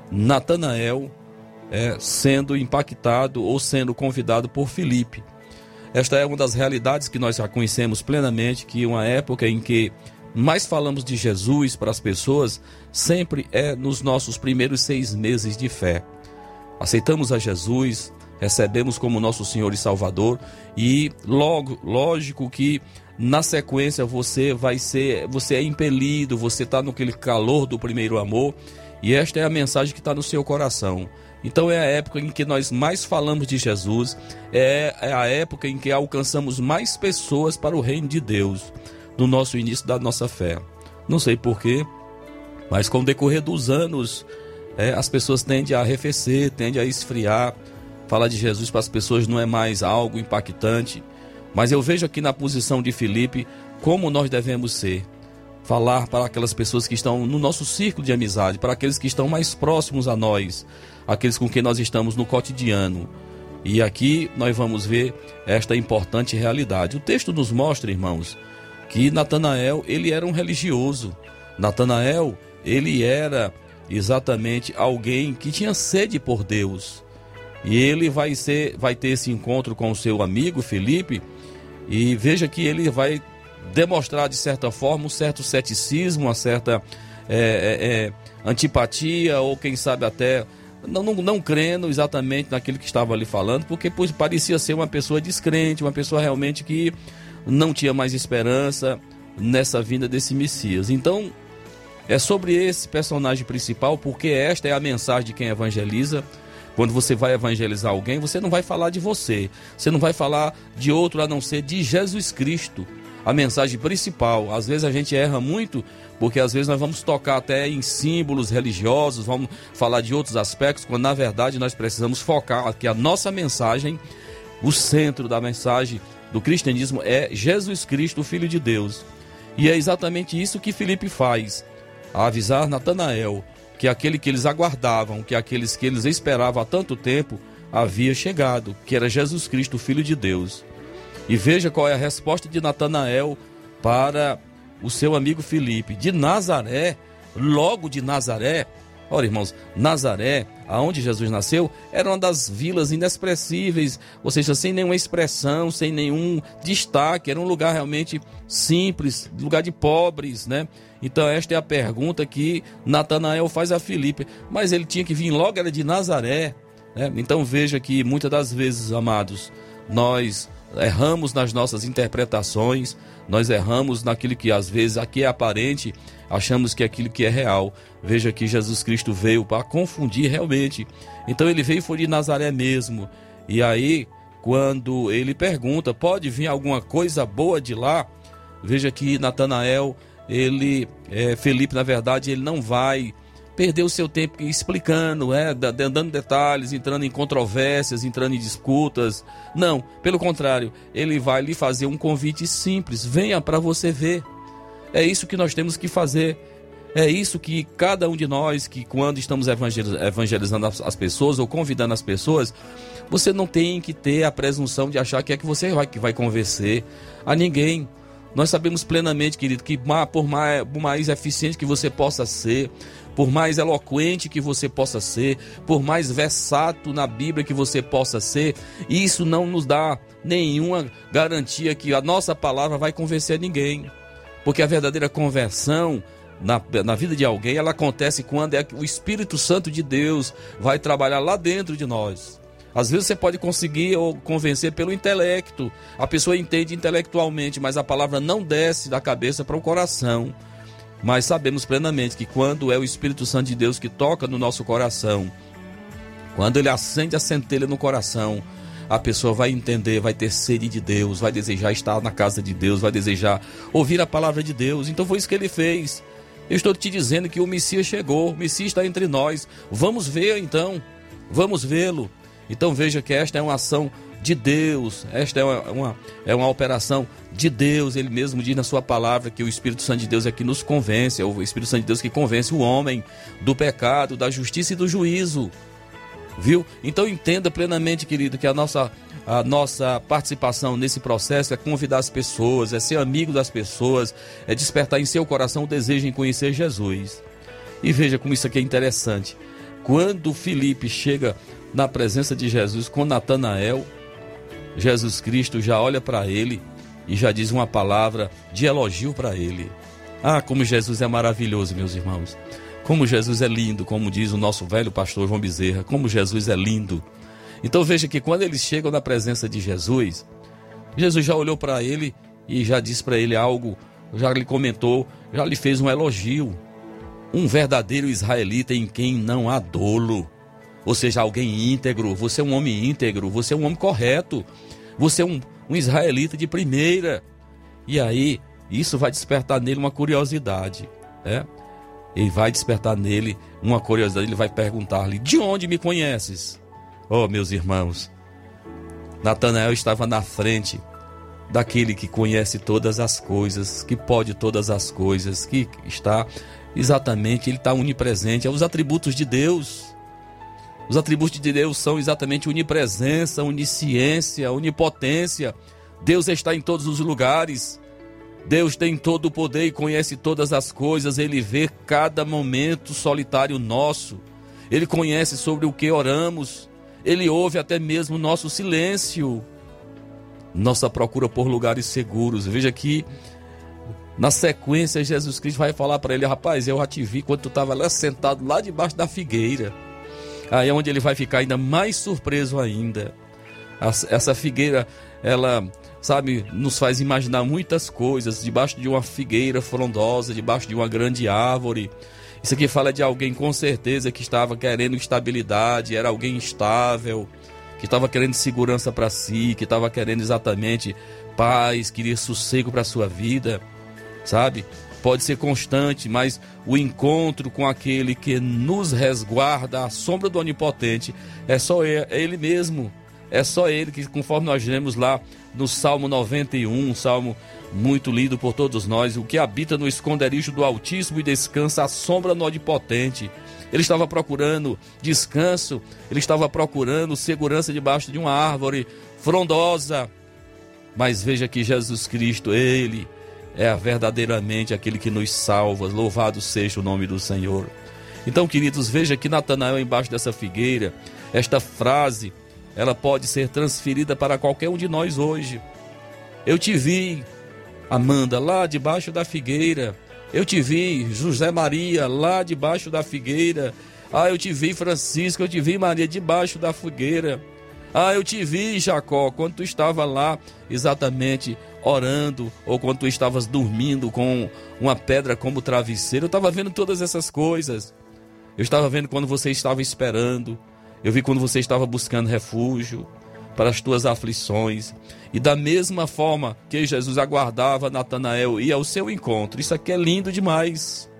Natanael é, sendo impactado ou sendo convidado por Filipe. Esta é uma das realidades que nós já conhecemos plenamente, que uma época em que mais falamos de Jesus para as pessoas sempre é nos nossos primeiros seis meses de fé. Aceitamos a Jesus, recebemos como nosso Senhor e Salvador, e logo, lógico que na sequência você vai ser, você é impelido, você está naquele calor do primeiro amor, e esta é a mensagem que está no seu coração. Então é a época em que nós mais falamos de Jesus, é, é a época em que alcançamos mais pessoas para o reino de Deus, no nosso início da nossa fé. Não sei porquê, mas com o decorrer dos anos, é, as pessoas tendem a arrefecer, tendem a esfriar. Falar de Jesus para as pessoas não é mais algo impactante, mas eu vejo aqui na posição de Filipe como nós devemos ser. Falar para aquelas pessoas que estão no nosso círculo de amizade, para aqueles que estão mais próximos a nós, aqueles com quem nós estamos no cotidiano. E aqui nós vamos ver esta importante realidade. O texto nos mostra, irmãos, que Natanael, ele era um religioso. Natanael, ele era exatamente alguém que tinha sede por Deus. E ele vai, ser, vai ter esse encontro com o seu amigo Filipe, e veja que ele vai demonstrar de certa forma um certo ceticismo, uma certa é, é, é, antipatia, ou quem sabe até não, não, não crendo exatamente naquilo que estava ali falando, porque pois, parecia ser uma pessoa descrente, uma pessoa realmente que não tinha mais esperança nessa vinda desse Messias. Então é sobre esse personagem principal, porque esta é a mensagem de quem evangeliza. Quando você vai evangelizar alguém, você não vai falar de você, você não vai falar de outro a não ser de Jesus Cristo, a mensagem principal. Às vezes a gente erra muito, porque às vezes nós vamos tocar até em símbolos religiosos, vamos falar de outros aspectos, quando na verdade nós precisamos focar que a nossa mensagem, o centro da mensagem do cristianismo é Jesus Cristo, o Filho de Deus. E é exatamente isso que Filipe faz, a avisar Natanael que aquele que eles aguardavam, que aqueles que eles esperavam há tanto tempo, havia chegado, que era Jesus Cristo, o Filho de Deus. E veja qual é a resposta de Natanael para o seu amigo Filipe. De Nazaré, logo de Nazaré. Ora, irmãos, Nazaré, aonde Jesus nasceu, era uma das vilas inexpressíveis, ou seja, sem nenhuma expressão, sem nenhum destaque, era um lugar realmente simples, lugar de pobres, né? Então esta é a pergunta que Natanael faz a Filipe, mas ele tinha que vir logo, era de Nazaré, né? Então veja que muitas das vezes, amados, nós erramos nas nossas interpretações, nós erramos naquilo que às vezes aqui é aparente, achamos que é aquilo que é real. Veja que Jesus Cristo veio para confundir realmente. Então ele veio e foi de Nazaré mesmo. E aí, quando ele pergunta, pode vir alguma coisa boa de lá? Veja que Natanael, ele, é, Felipe, na verdade, ele não vai perder o seu tempo explicando, é, dando detalhes, entrando em controvérsias, entrando em disputas. Não, pelo contrário, ele vai lhe fazer um convite simples: venha para você ver. É isso que nós temos que fazer. É isso que cada um de nós, que quando estamos evangelizando as pessoas ou convidando as pessoas, você não tem que ter a presunção de achar que é que você vai, que vai convencer a ninguém. Nós sabemos plenamente, querido, que por mais, por mais eficiente que você possa ser, por mais eloquente que você possa ser, por mais versátil na Bíblia que você possa ser, isso não nos dá nenhuma garantia que a nossa palavra vai convencer ninguém. Porque a verdadeira conversão na, na vida de alguém, ela acontece quando é que o Espírito Santo de Deus vai trabalhar lá dentro de nós. Às vezes você pode conseguir ou convencer pelo intelecto, a pessoa entende intelectualmente, mas a palavra não desce da cabeça para o coração. Mas sabemos plenamente que quando é o Espírito Santo de Deus que toca no nosso coração, quando ele acende a centelha no coração, a pessoa vai entender, vai ter sede de Deus, vai desejar estar na casa de Deus, vai desejar ouvir a palavra de Deus. Então foi isso que ele fez. Eu estou te dizendo que o Messias chegou, o Messias está entre nós. Vamos ver então, vamos vê-lo. Então veja que esta é uma ação de Deus, esta é uma, uma, é uma operação de Deus. Ele mesmo diz na sua palavra que o Espírito Santo de Deus é que nos convence, é o Espírito Santo de Deus que convence o homem do pecado, da justiça e do juízo. Viu? Então entenda plenamente, querido, que a nossa, a nossa participação nesse processo é convidar as pessoas, é ser amigo das pessoas, é despertar em seu coração o desejo em conhecer Jesus. E veja como isso aqui é interessante. Quando Filipe chega na presença de Jesus com Natanael, Jesus Cristo já olha para ele e já diz uma palavra de elogio para ele. Ah, como Jesus é maravilhoso, meus irmãos. Como Jesus é lindo, como diz o nosso velho pastor João Bezerra, como Jesus é lindo. Então veja que quando eles chegam na presença de Jesus, Jesus já olhou para ele e já disse para ele algo, já lhe comentou, já lhe fez um elogio. Um verdadeiro israelita em quem não há dolo. Ou seja, alguém íntegro, você é um homem íntegro, você é um homem correto, você é um, um israelita de primeira. E aí, isso vai despertar nele uma curiosidade, né? Ele vai despertar nele uma curiosidade, ele vai perguntar-lhe: de onde me conheces? Oh, meus irmãos, Natanael estava na frente daquele que conhece todas as coisas, que pode todas as coisas, que está exatamente, ele está onipresente, é os atributos de Deus. Os atributos de Deus são exatamente onipresença, onisciência, onipotência. Deus está em todos os lugares. Deus tem todo o poder e conhece todas as coisas. Ele vê cada momento solitário nosso. Ele conhece sobre o que oramos. Ele ouve até mesmo nosso silêncio. Nossa procura por lugares seguros. Veja que na sequência Jesus Cristo vai falar para ele: rapaz, eu já te vi quando tu estava lá sentado lá debaixo da figueira. Aí é onde ele vai ficar ainda mais surpreso ainda. Essa figueira, ela, sabe, nos faz imaginar muitas coisas. Debaixo de uma figueira frondosa, debaixo de uma grande árvore. Isso aqui fala de alguém com certeza que estava querendo estabilidade, era alguém estável, que estava querendo segurança para si, que estava querendo exatamente paz, queria sossego para a sua vida, sabe? Pode ser constante, mas o encontro com aquele que nos resguarda à sombra do Onipotente é só ele, é ele mesmo. É só ele que, conforme nós lemos lá no Salmo noventa e um, um salmo muito lido por todos nós, o que habita no esconderijo do Altíssimo e descansa à sombra do Onipotente. Ele estava procurando descanso, ele estava procurando segurança debaixo de uma árvore frondosa. Mas veja que Jesus Cristo, ele é verdadeiramente aquele que nos salva. Louvado seja o nome do Senhor. Então, queridos, veja que Natanael embaixo dessa figueira, esta frase, ela pode ser transferida para qualquer um de nós hoje. Eu te vi, Amanda, lá debaixo da figueira. Eu te vi, José Maria, lá debaixo da figueira. Ah, eu te vi, Francisco, eu te vi, Maria, debaixo da figueira. Ah, eu te vi, Jacó, quando tu estava lá exatamente orando, ou quando tu estavas dormindo com uma pedra como travesseiro. Eu estava vendo todas essas coisas. Eu estava vendo quando você estava esperando. Eu vi quando você estava buscando refúgio para as tuas aflições. E da mesma forma que Jesus aguardava Natanael ir ao seu encontro. Isso aqui é lindo demais.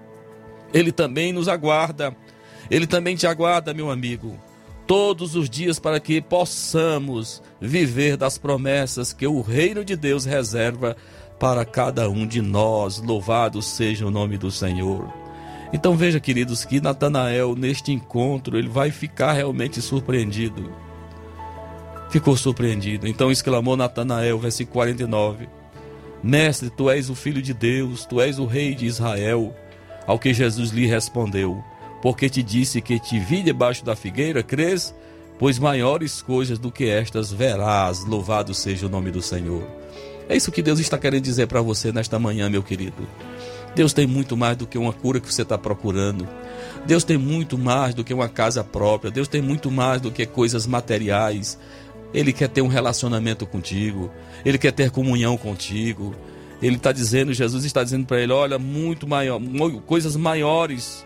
Ele também nos aguarda. Ele também te aguarda, meu amigo, todos os dias, para que possamos viver das promessas que o reino de Deus reserva para cada um de nós. Louvado seja o nome do Senhor. Então veja, queridos, que Natanael, neste encontro, ele vai ficar realmente surpreendido. Ficou surpreendido. Então exclamou Natanael, versículo quarenta e nove: Mestre, tu és o Filho de Deus, tu és o Rei de Israel. Ao que Jesus lhe respondeu: porque te disse que te vi debaixo da figueira, crês? Pois maiores coisas do que estas verás. Louvado seja o nome do Senhor. É isso que Deus está querendo dizer para você nesta manhã, meu querido. Deus tem muito mais do que uma cura que você está procurando. Deus tem muito mais do que uma casa própria. Deus tem muito mais do que coisas materiais. Ele quer ter um relacionamento contigo. Ele quer ter comunhão contigo. Ele está dizendo, Jesus está dizendo para ele: olha, muito maior, coisas maiores,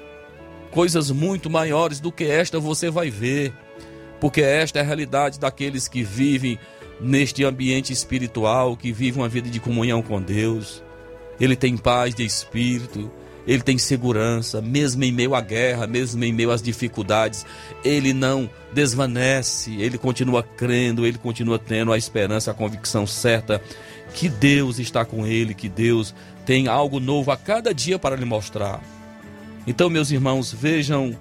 coisas muito maiores do que esta você vai ver. Porque esta é a realidade daqueles que vivem neste ambiente espiritual, que vivem uma vida de comunhão com Deus. Ele tem paz de espírito, ele tem segurança, mesmo em meio à guerra, mesmo em meio às dificuldades. Ele não desvanece, ele continua crendo, ele continua tendo a esperança, a convicção certa que Deus está com ele, que Deus tem algo novo a cada dia para lhe mostrar. Então, meus irmãos, vejam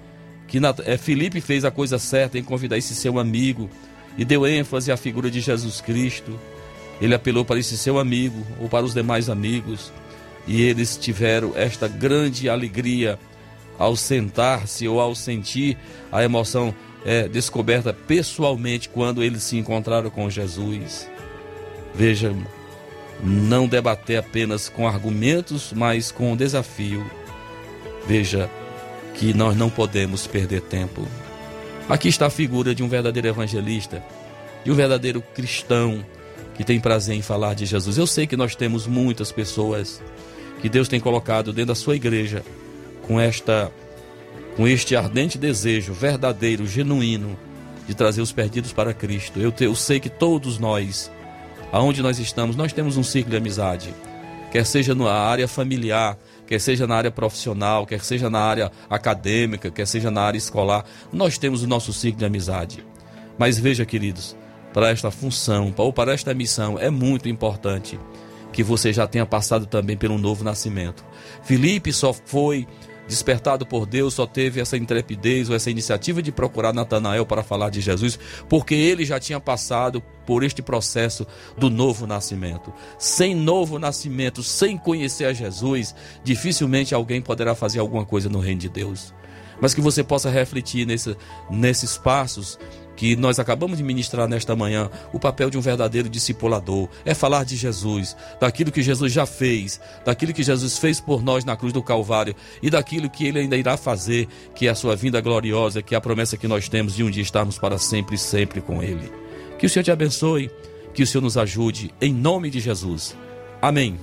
que é, Filipe fez a coisa certa em convidar esse seu amigo e deu ênfase à figura de Jesus Cristo. Ele apelou para esse seu amigo ou para os demais amigos e eles tiveram esta grande alegria ao sentar-se ou ao sentir a emoção é, descoberta pessoalmente quando eles se encontraram com Jesus. Veja, não debater apenas com argumentos, mas com desafio. Veja que nós não podemos perder tempo. Aqui está a figura de um verdadeiro evangelista, de um verdadeiro cristão que tem prazer em falar de Jesus. Eu sei que nós temos muitas pessoas que Deus tem colocado dentro da sua igreja com esta, com este ardente desejo verdadeiro, genuíno, de trazer os perdidos para Cristo. Eu, te, eu sei que todos nós, aonde nós estamos, nós temos um ciclo de amizade, quer seja na área familiar, quer seja na área profissional, quer seja na área acadêmica, quer seja na área escolar, nós temos o nosso ciclo de amizade. Mas veja, queridos, para esta função, ou para esta missão, é muito importante que você já tenha passado também pelo novo nascimento. Filipe só foi despertado por Deus, só teve essa intrepidez ou essa iniciativa de procurar Natanael para falar de Jesus, porque ele já tinha passado por este processo do novo nascimento. Sem novo nascimento, sem conhecer a Jesus, dificilmente alguém poderá fazer alguma coisa no reino de Deus. Mas que você possa refletir nesse, nesses passos que nós acabamos de ministrar nesta manhã. O papel de um verdadeiro discipulador é falar de Jesus, daquilo que Jesus já fez, daquilo que Jesus fez por nós na cruz do Calvário e daquilo que Ele ainda irá fazer, que é a sua vinda gloriosa, que é a promessa que nós temos de um dia estarmos para sempre e sempre com Ele. Que o Senhor te abençoe, que o Senhor nos ajude, em nome de Jesus. Amém.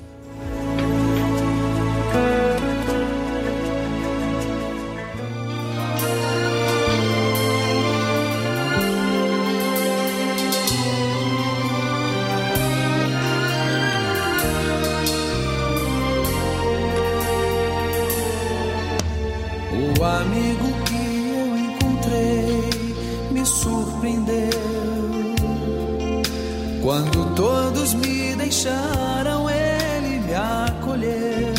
O amigo que eu encontrei me surpreendeu. Quando todos me deixaram, ele me acolheu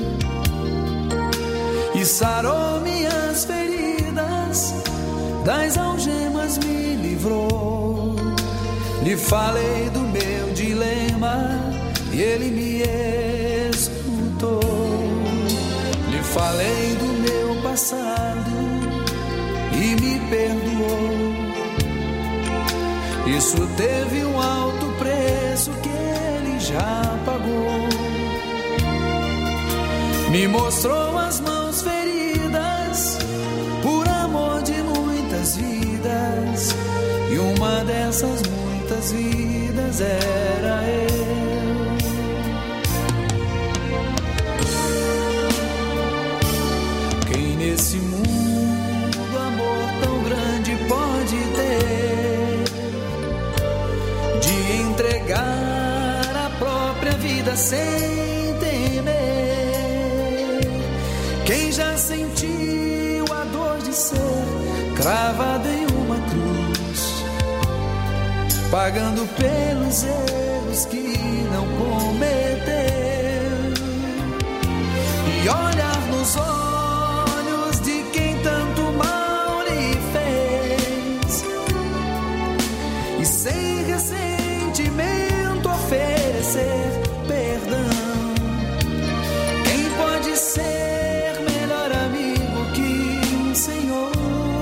e sarou minhas feridas, das algemas me livrou. Lhe falei do meu dilema e ele me escutou. Lhe falei do meu passado e me perdoou. Isso teve um alto preço que ele já pagou. Me mostrou as mãos feridas por amor de muitas vidas, e uma dessas muitas vidas era eu. Quem nesse mundo amor tão grande pode ter, de entregar a própria vida sem temer? Quem já sentiu a dor de ser cravado em uma cruz, pagando pelos erros que não cometeu, e olhar nos olhos de quem tanto mal lhe fez, e sem ressentimento oferecer perdão? Quem pode ser melhor amigo que um Senhor,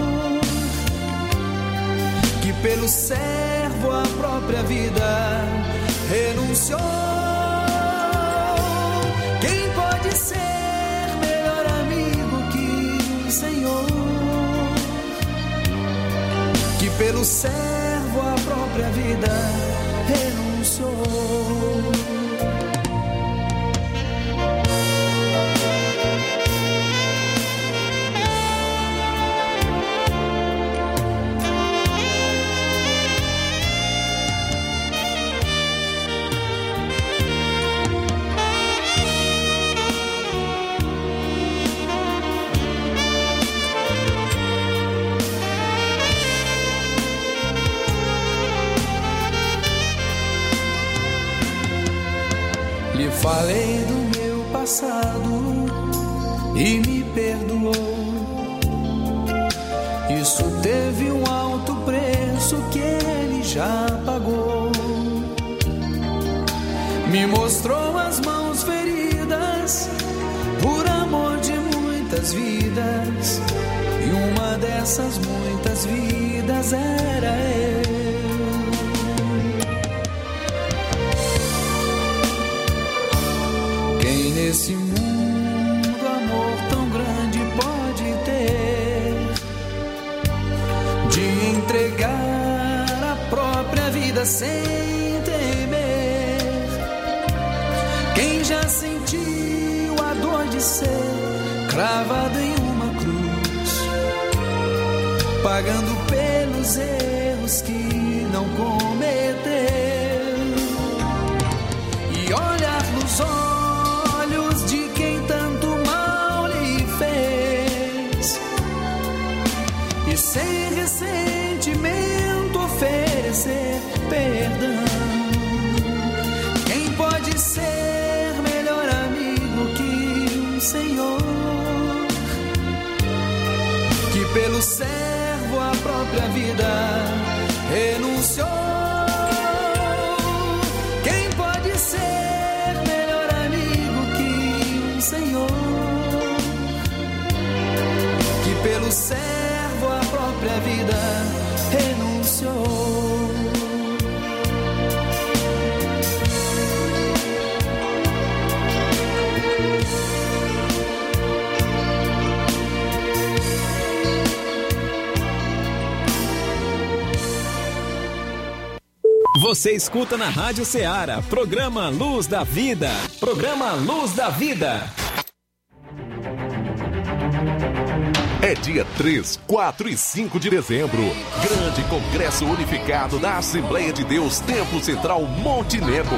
que pelo servo a própria vida renunciou? Quem pode ser melhor amigo que um Senhor, que pelo servo a própria vida renunciou? Lhe falei do meu passado e me perdoou. isso teve um alto preço que ele já pagou. Me mostrou as mãos feridas por amor de muitas vidas, e uma dessas muitas vidas era eu. Quem nesse mundo amor tão grande pode ter, de entregar a própria vida sem temer? Quem já sentiu a dor de ser cravado em uma cruz, pagando pelos erros que não cometeu, e olhar nos olhos de quem tanto mal lhe fez, e sem ressentimento oferecer perdão? Quem pode ser melhor amigo que um Senhor, que pelo servo a própria vida renunciou? Quem pode ser melhor amigo que um Senhor, que pelo servo a própria vida renunciou? Você escuta na Rádio Ceará, programa Luz da Vida. Programa Luz da Vida. É dia três, quatro e cinco de dezembro. Grande Congresso Unificado da Assembleia de Deus, Templo Central, Monte Nebo.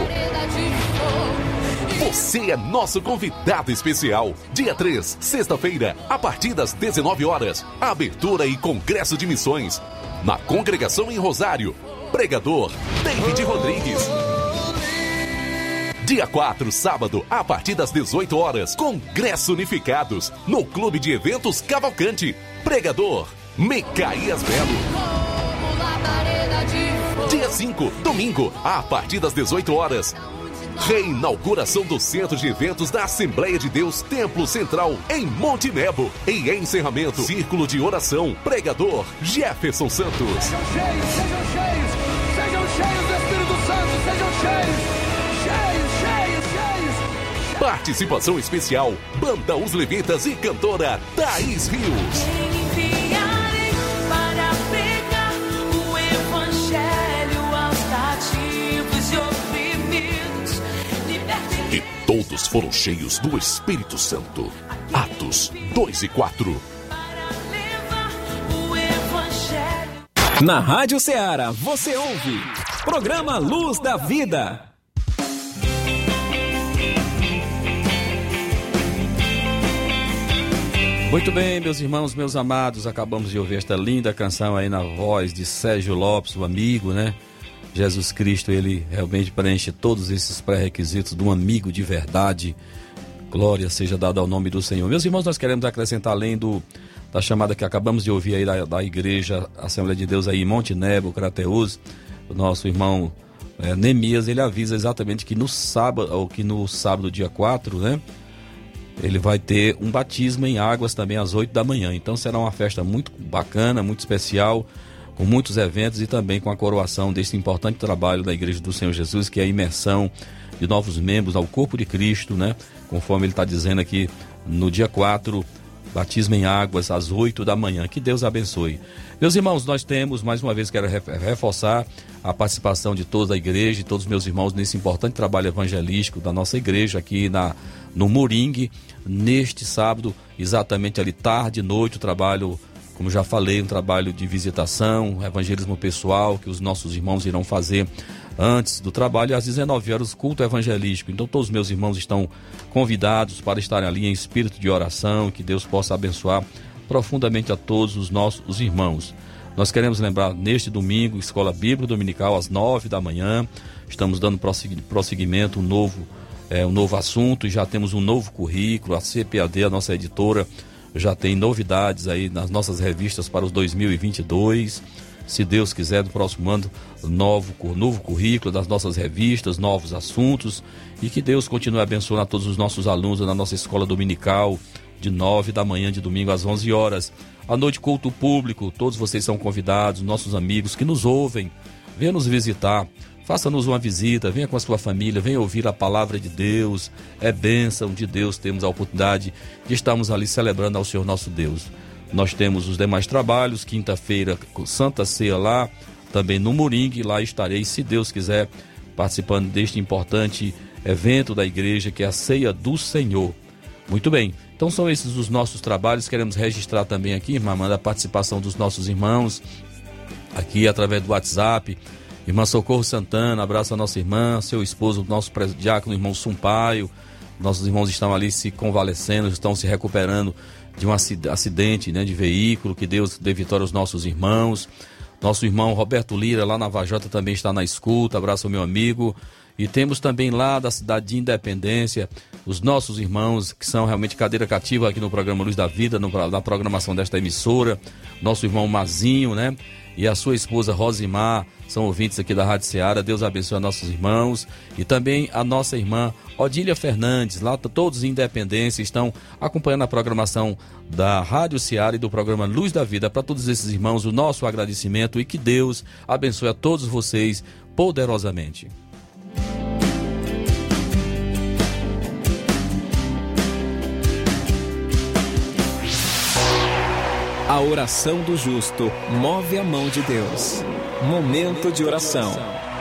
Você é nosso convidado especial. Dia três, sexta-feira, a partir das dezenove horas. Abertura e Congresso de Missões. Na Congregação em Rosário. Pregador David Rodrigues. Dia quatro, sábado, a partir das dezoito horas, Congresso Unificados, no Clube de Eventos Cavalcante. Pregador Micaías Belo. Dia cinco, domingo, a partir das dezoito horas, reinauguração do Centro de Eventos da Assembleia de Deus, Templo Central, em Monte Nebo. E encerramento, Círculo de Oração. Pregador Jefferson Santos. Sejam cheios, sejam cheios, sejam cheios do Espírito Santo, sejam cheios, cheios, cheios, cheios. Participação especial, Banda Os Levitas e cantora Thaís Rios. Enviarei para pregar o Evangelho aos cativos e oprimidos, libertem. E todos foram cheios do Espírito Santo. Atos dois e quatro. Na Rádio Ceará, você ouve programa Luz da Vida. Muito bem, meus irmãos, meus amados, acabamos de ouvir esta linda canção aí na voz de Sérgio Lopes, o amigo, né? Jesus Cristo, ele realmente preenche todos esses pré-requisitos de um amigo de verdade. Glória seja dada ao nome do Senhor. Meus irmãos, nós queremos acrescentar, além do, da chamada que acabamos de ouvir aí da, da igreja Assembleia de Deus aí em Monte Nebo, Crateús, o nosso irmão é, Neemias, ele avisa exatamente que no sábado, ou que no sábado, dia quatro, né? Ele vai ter um batismo em águas também às oito da manhã. Então será uma festa muito bacana, muito especial, com muitos eventos e também com a coroação desse importante trabalho da Igreja do Senhor Jesus, que é a imersão de novos membros ao corpo de Cristo, né? Conforme ele está dizendo aqui no dia quatro, batismo em águas às oito da manhã. Que Deus abençoe. Meus irmãos, nós temos, mais uma vez quero reforçar a participação de toda a igreja e todos os meus irmãos nesse importante trabalho evangelístico da nossa igreja aqui na, no Moringue, neste sábado, exatamente ali tarde e noite, o trabalho, como já falei, um trabalho de visitação, evangelismo pessoal, que os nossos irmãos irão fazer antes do trabalho, às dezenove horas, culto evangelístico. Então todos os meus irmãos estão convidados para estarem ali em espírito de oração, que Deus possa abençoar profundamente a todos os nossos irmãos. Nós queremos lembrar, neste domingo, Escola Bíblica Dominical, às nove da manhã, estamos dando prosseguimento, um novo, é, um novo assunto, e já temos um novo currículo. A C P A D, a nossa editora, já tem novidades aí nas nossas revistas para os dois mil e vinte e dois. Se Deus quiser, no próximo ano, novo, novo currículo das nossas revistas, novos assuntos, e que Deus continue abençoando a todos os nossos alunos na nossa escola dominical, de nove da manhã de domingo às onze horas. À noite, culto público, todos vocês são convidados, nossos amigos que nos ouvem, venham nos visitar, faça-nos uma visita, venha com a sua família, venha ouvir a palavra de Deus. É bênção de Deus, temos a oportunidade de estarmos ali celebrando ao Senhor nosso Deus. Nós temos os demais trabalhos, quinta-feira, Santa Ceia lá, também no Moringue, lá estarei, se Deus quiser, participando deste importante evento da igreja, que é a Ceia do Senhor. Muito bem, então são esses os nossos trabalhos. Queremos registrar também aqui, irmã Amanda, a participação dos nossos irmãos, aqui através do WhatsApp. Irmã Socorro Santana, abraço a nossa irmã, seu esposo, nosso diácono, irmão Sumpaio. Nossos irmãos estão ali se convalescendo, estão se recuperando de um acidente, né, de veículo. Que Deus dê vitória aos nossos irmãos. Nosso irmão Roberto Lira, lá na Vajota, também está na escuta. Abraço ao meu amigo. E temos também lá da cidade de Independência, os nossos irmãos que são realmente cadeira cativa aqui no programa Luz da Vida, no, na programação desta emissora. Nosso irmão Mazinho, né? E a sua esposa Rosimar, são ouvintes aqui da Rádio Ceará. Deus abençoe a nossos irmãos. E também a nossa irmã Odília Fernandes, lá todos em Independência, estão acompanhando a programação da Rádio Ceará e do programa Luz da Vida. Para todos esses irmãos, o nosso agradecimento e que Deus abençoe a todos vocês poderosamente. A oração do justo move a mão de Deus. Momento de oração.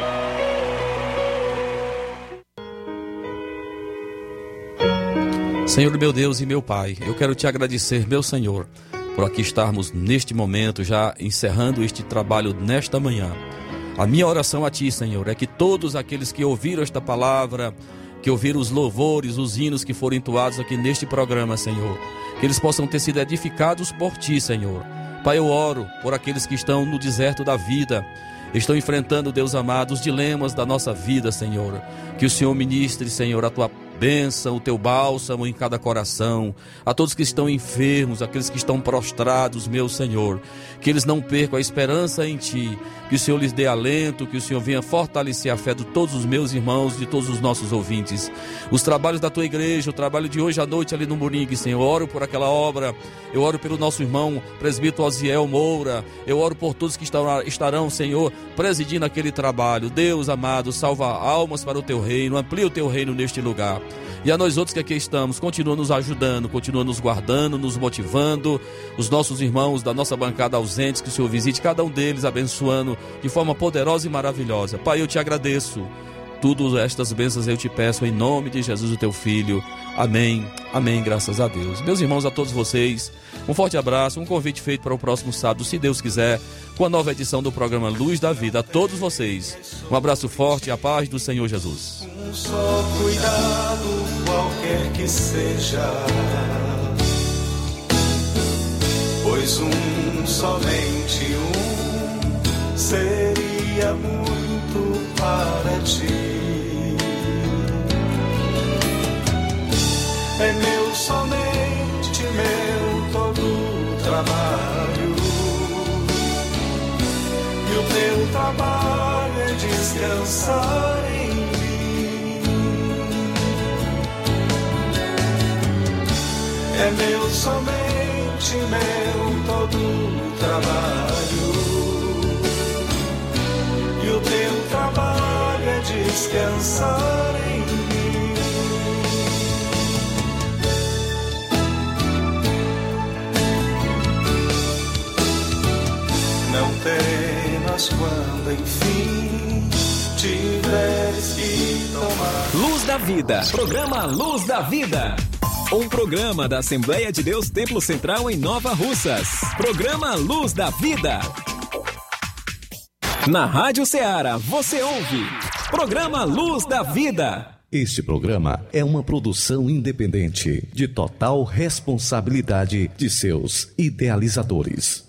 Senhor meu Deus e meu Pai, eu quero te agradecer, meu Senhor, por aqui estarmos neste momento, já encerrando este trabalho nesta manhã. A minha oração a ti, Senhor, é que todos aqueles que ouviram esta palavra, que ouviram os louvores, os hinos que foram entoados aqui neste programa, Senhor, que eles possam ter sido edificados por ti, Senhor. Pai, eu oro por aqueles que estão no deserto da vida, estão enfrentando, Deus amado, os dilemas da nossa vida, Senhor. Que o Senhor ministre, Senhor, a tua bênção, o teu bálsamo em cada coração, a todos que estão enfermos, aqueles que estão prostrados, meu Senhor, que eles não percam a esperança em ti, que o Senhor lhes dê alento, que o Senhor venha fortalecer a fé de todos os meus irmãos, de todos os nossos ouvintes. Os trabalhos da tua igreja, o trabalho de hoje à noite ali no Moringue, Senhor, eu oro por aquela obra, eu oro pelo nosso irmão presbítero Osiel Moura, eu oro por todos que estarão, estarão, Senhor, presidindo aquele trabalho. Deus amado, salva almas para o teu reino, amplia o teu reino neste lugar. E a nós outros que aqui estamos, continua nos ajudando, continua nos guardando, nos motivando. Os nossos irmãos da nossa bancada ausentes, que o Senhor visite cada um deles, abençoando de forma poderosa e maravilhosa. Pai, eu te agradeço. Tudo estas bênçãos eu te peço em nome de Jesus, o teu Filho. Amém, amém, graças a Deus. Meus irmãos, a todos vocês, um forte abraço, um convite feito para o próximo sábado, se Deus quiser, com a nova edição do programa Luz da Vida. A todos vocês, um abraço forte e a paz do Senhor Jesus. Um só cuidado, qualquer que seja, pois um, somente um, seria muito para ti. É meu, somente meu, todo o trabalho, e o teu trabalho é descansar em mim. É meu, somente meu, todo o trabalho, e o teu trabalho é descansar em mim. Não temas quando enfim tiveres que tomar. Luz da Vida, programa Luz da Vida. Um programa da Assembleia de Deus Templo Central em Nova Russas. Programa Luz da Vida. Na Rádio Ceará, você ouve Programa Luz da Vida. Este programa é uma produção independente, de total responsabilidade de seus idealizadores.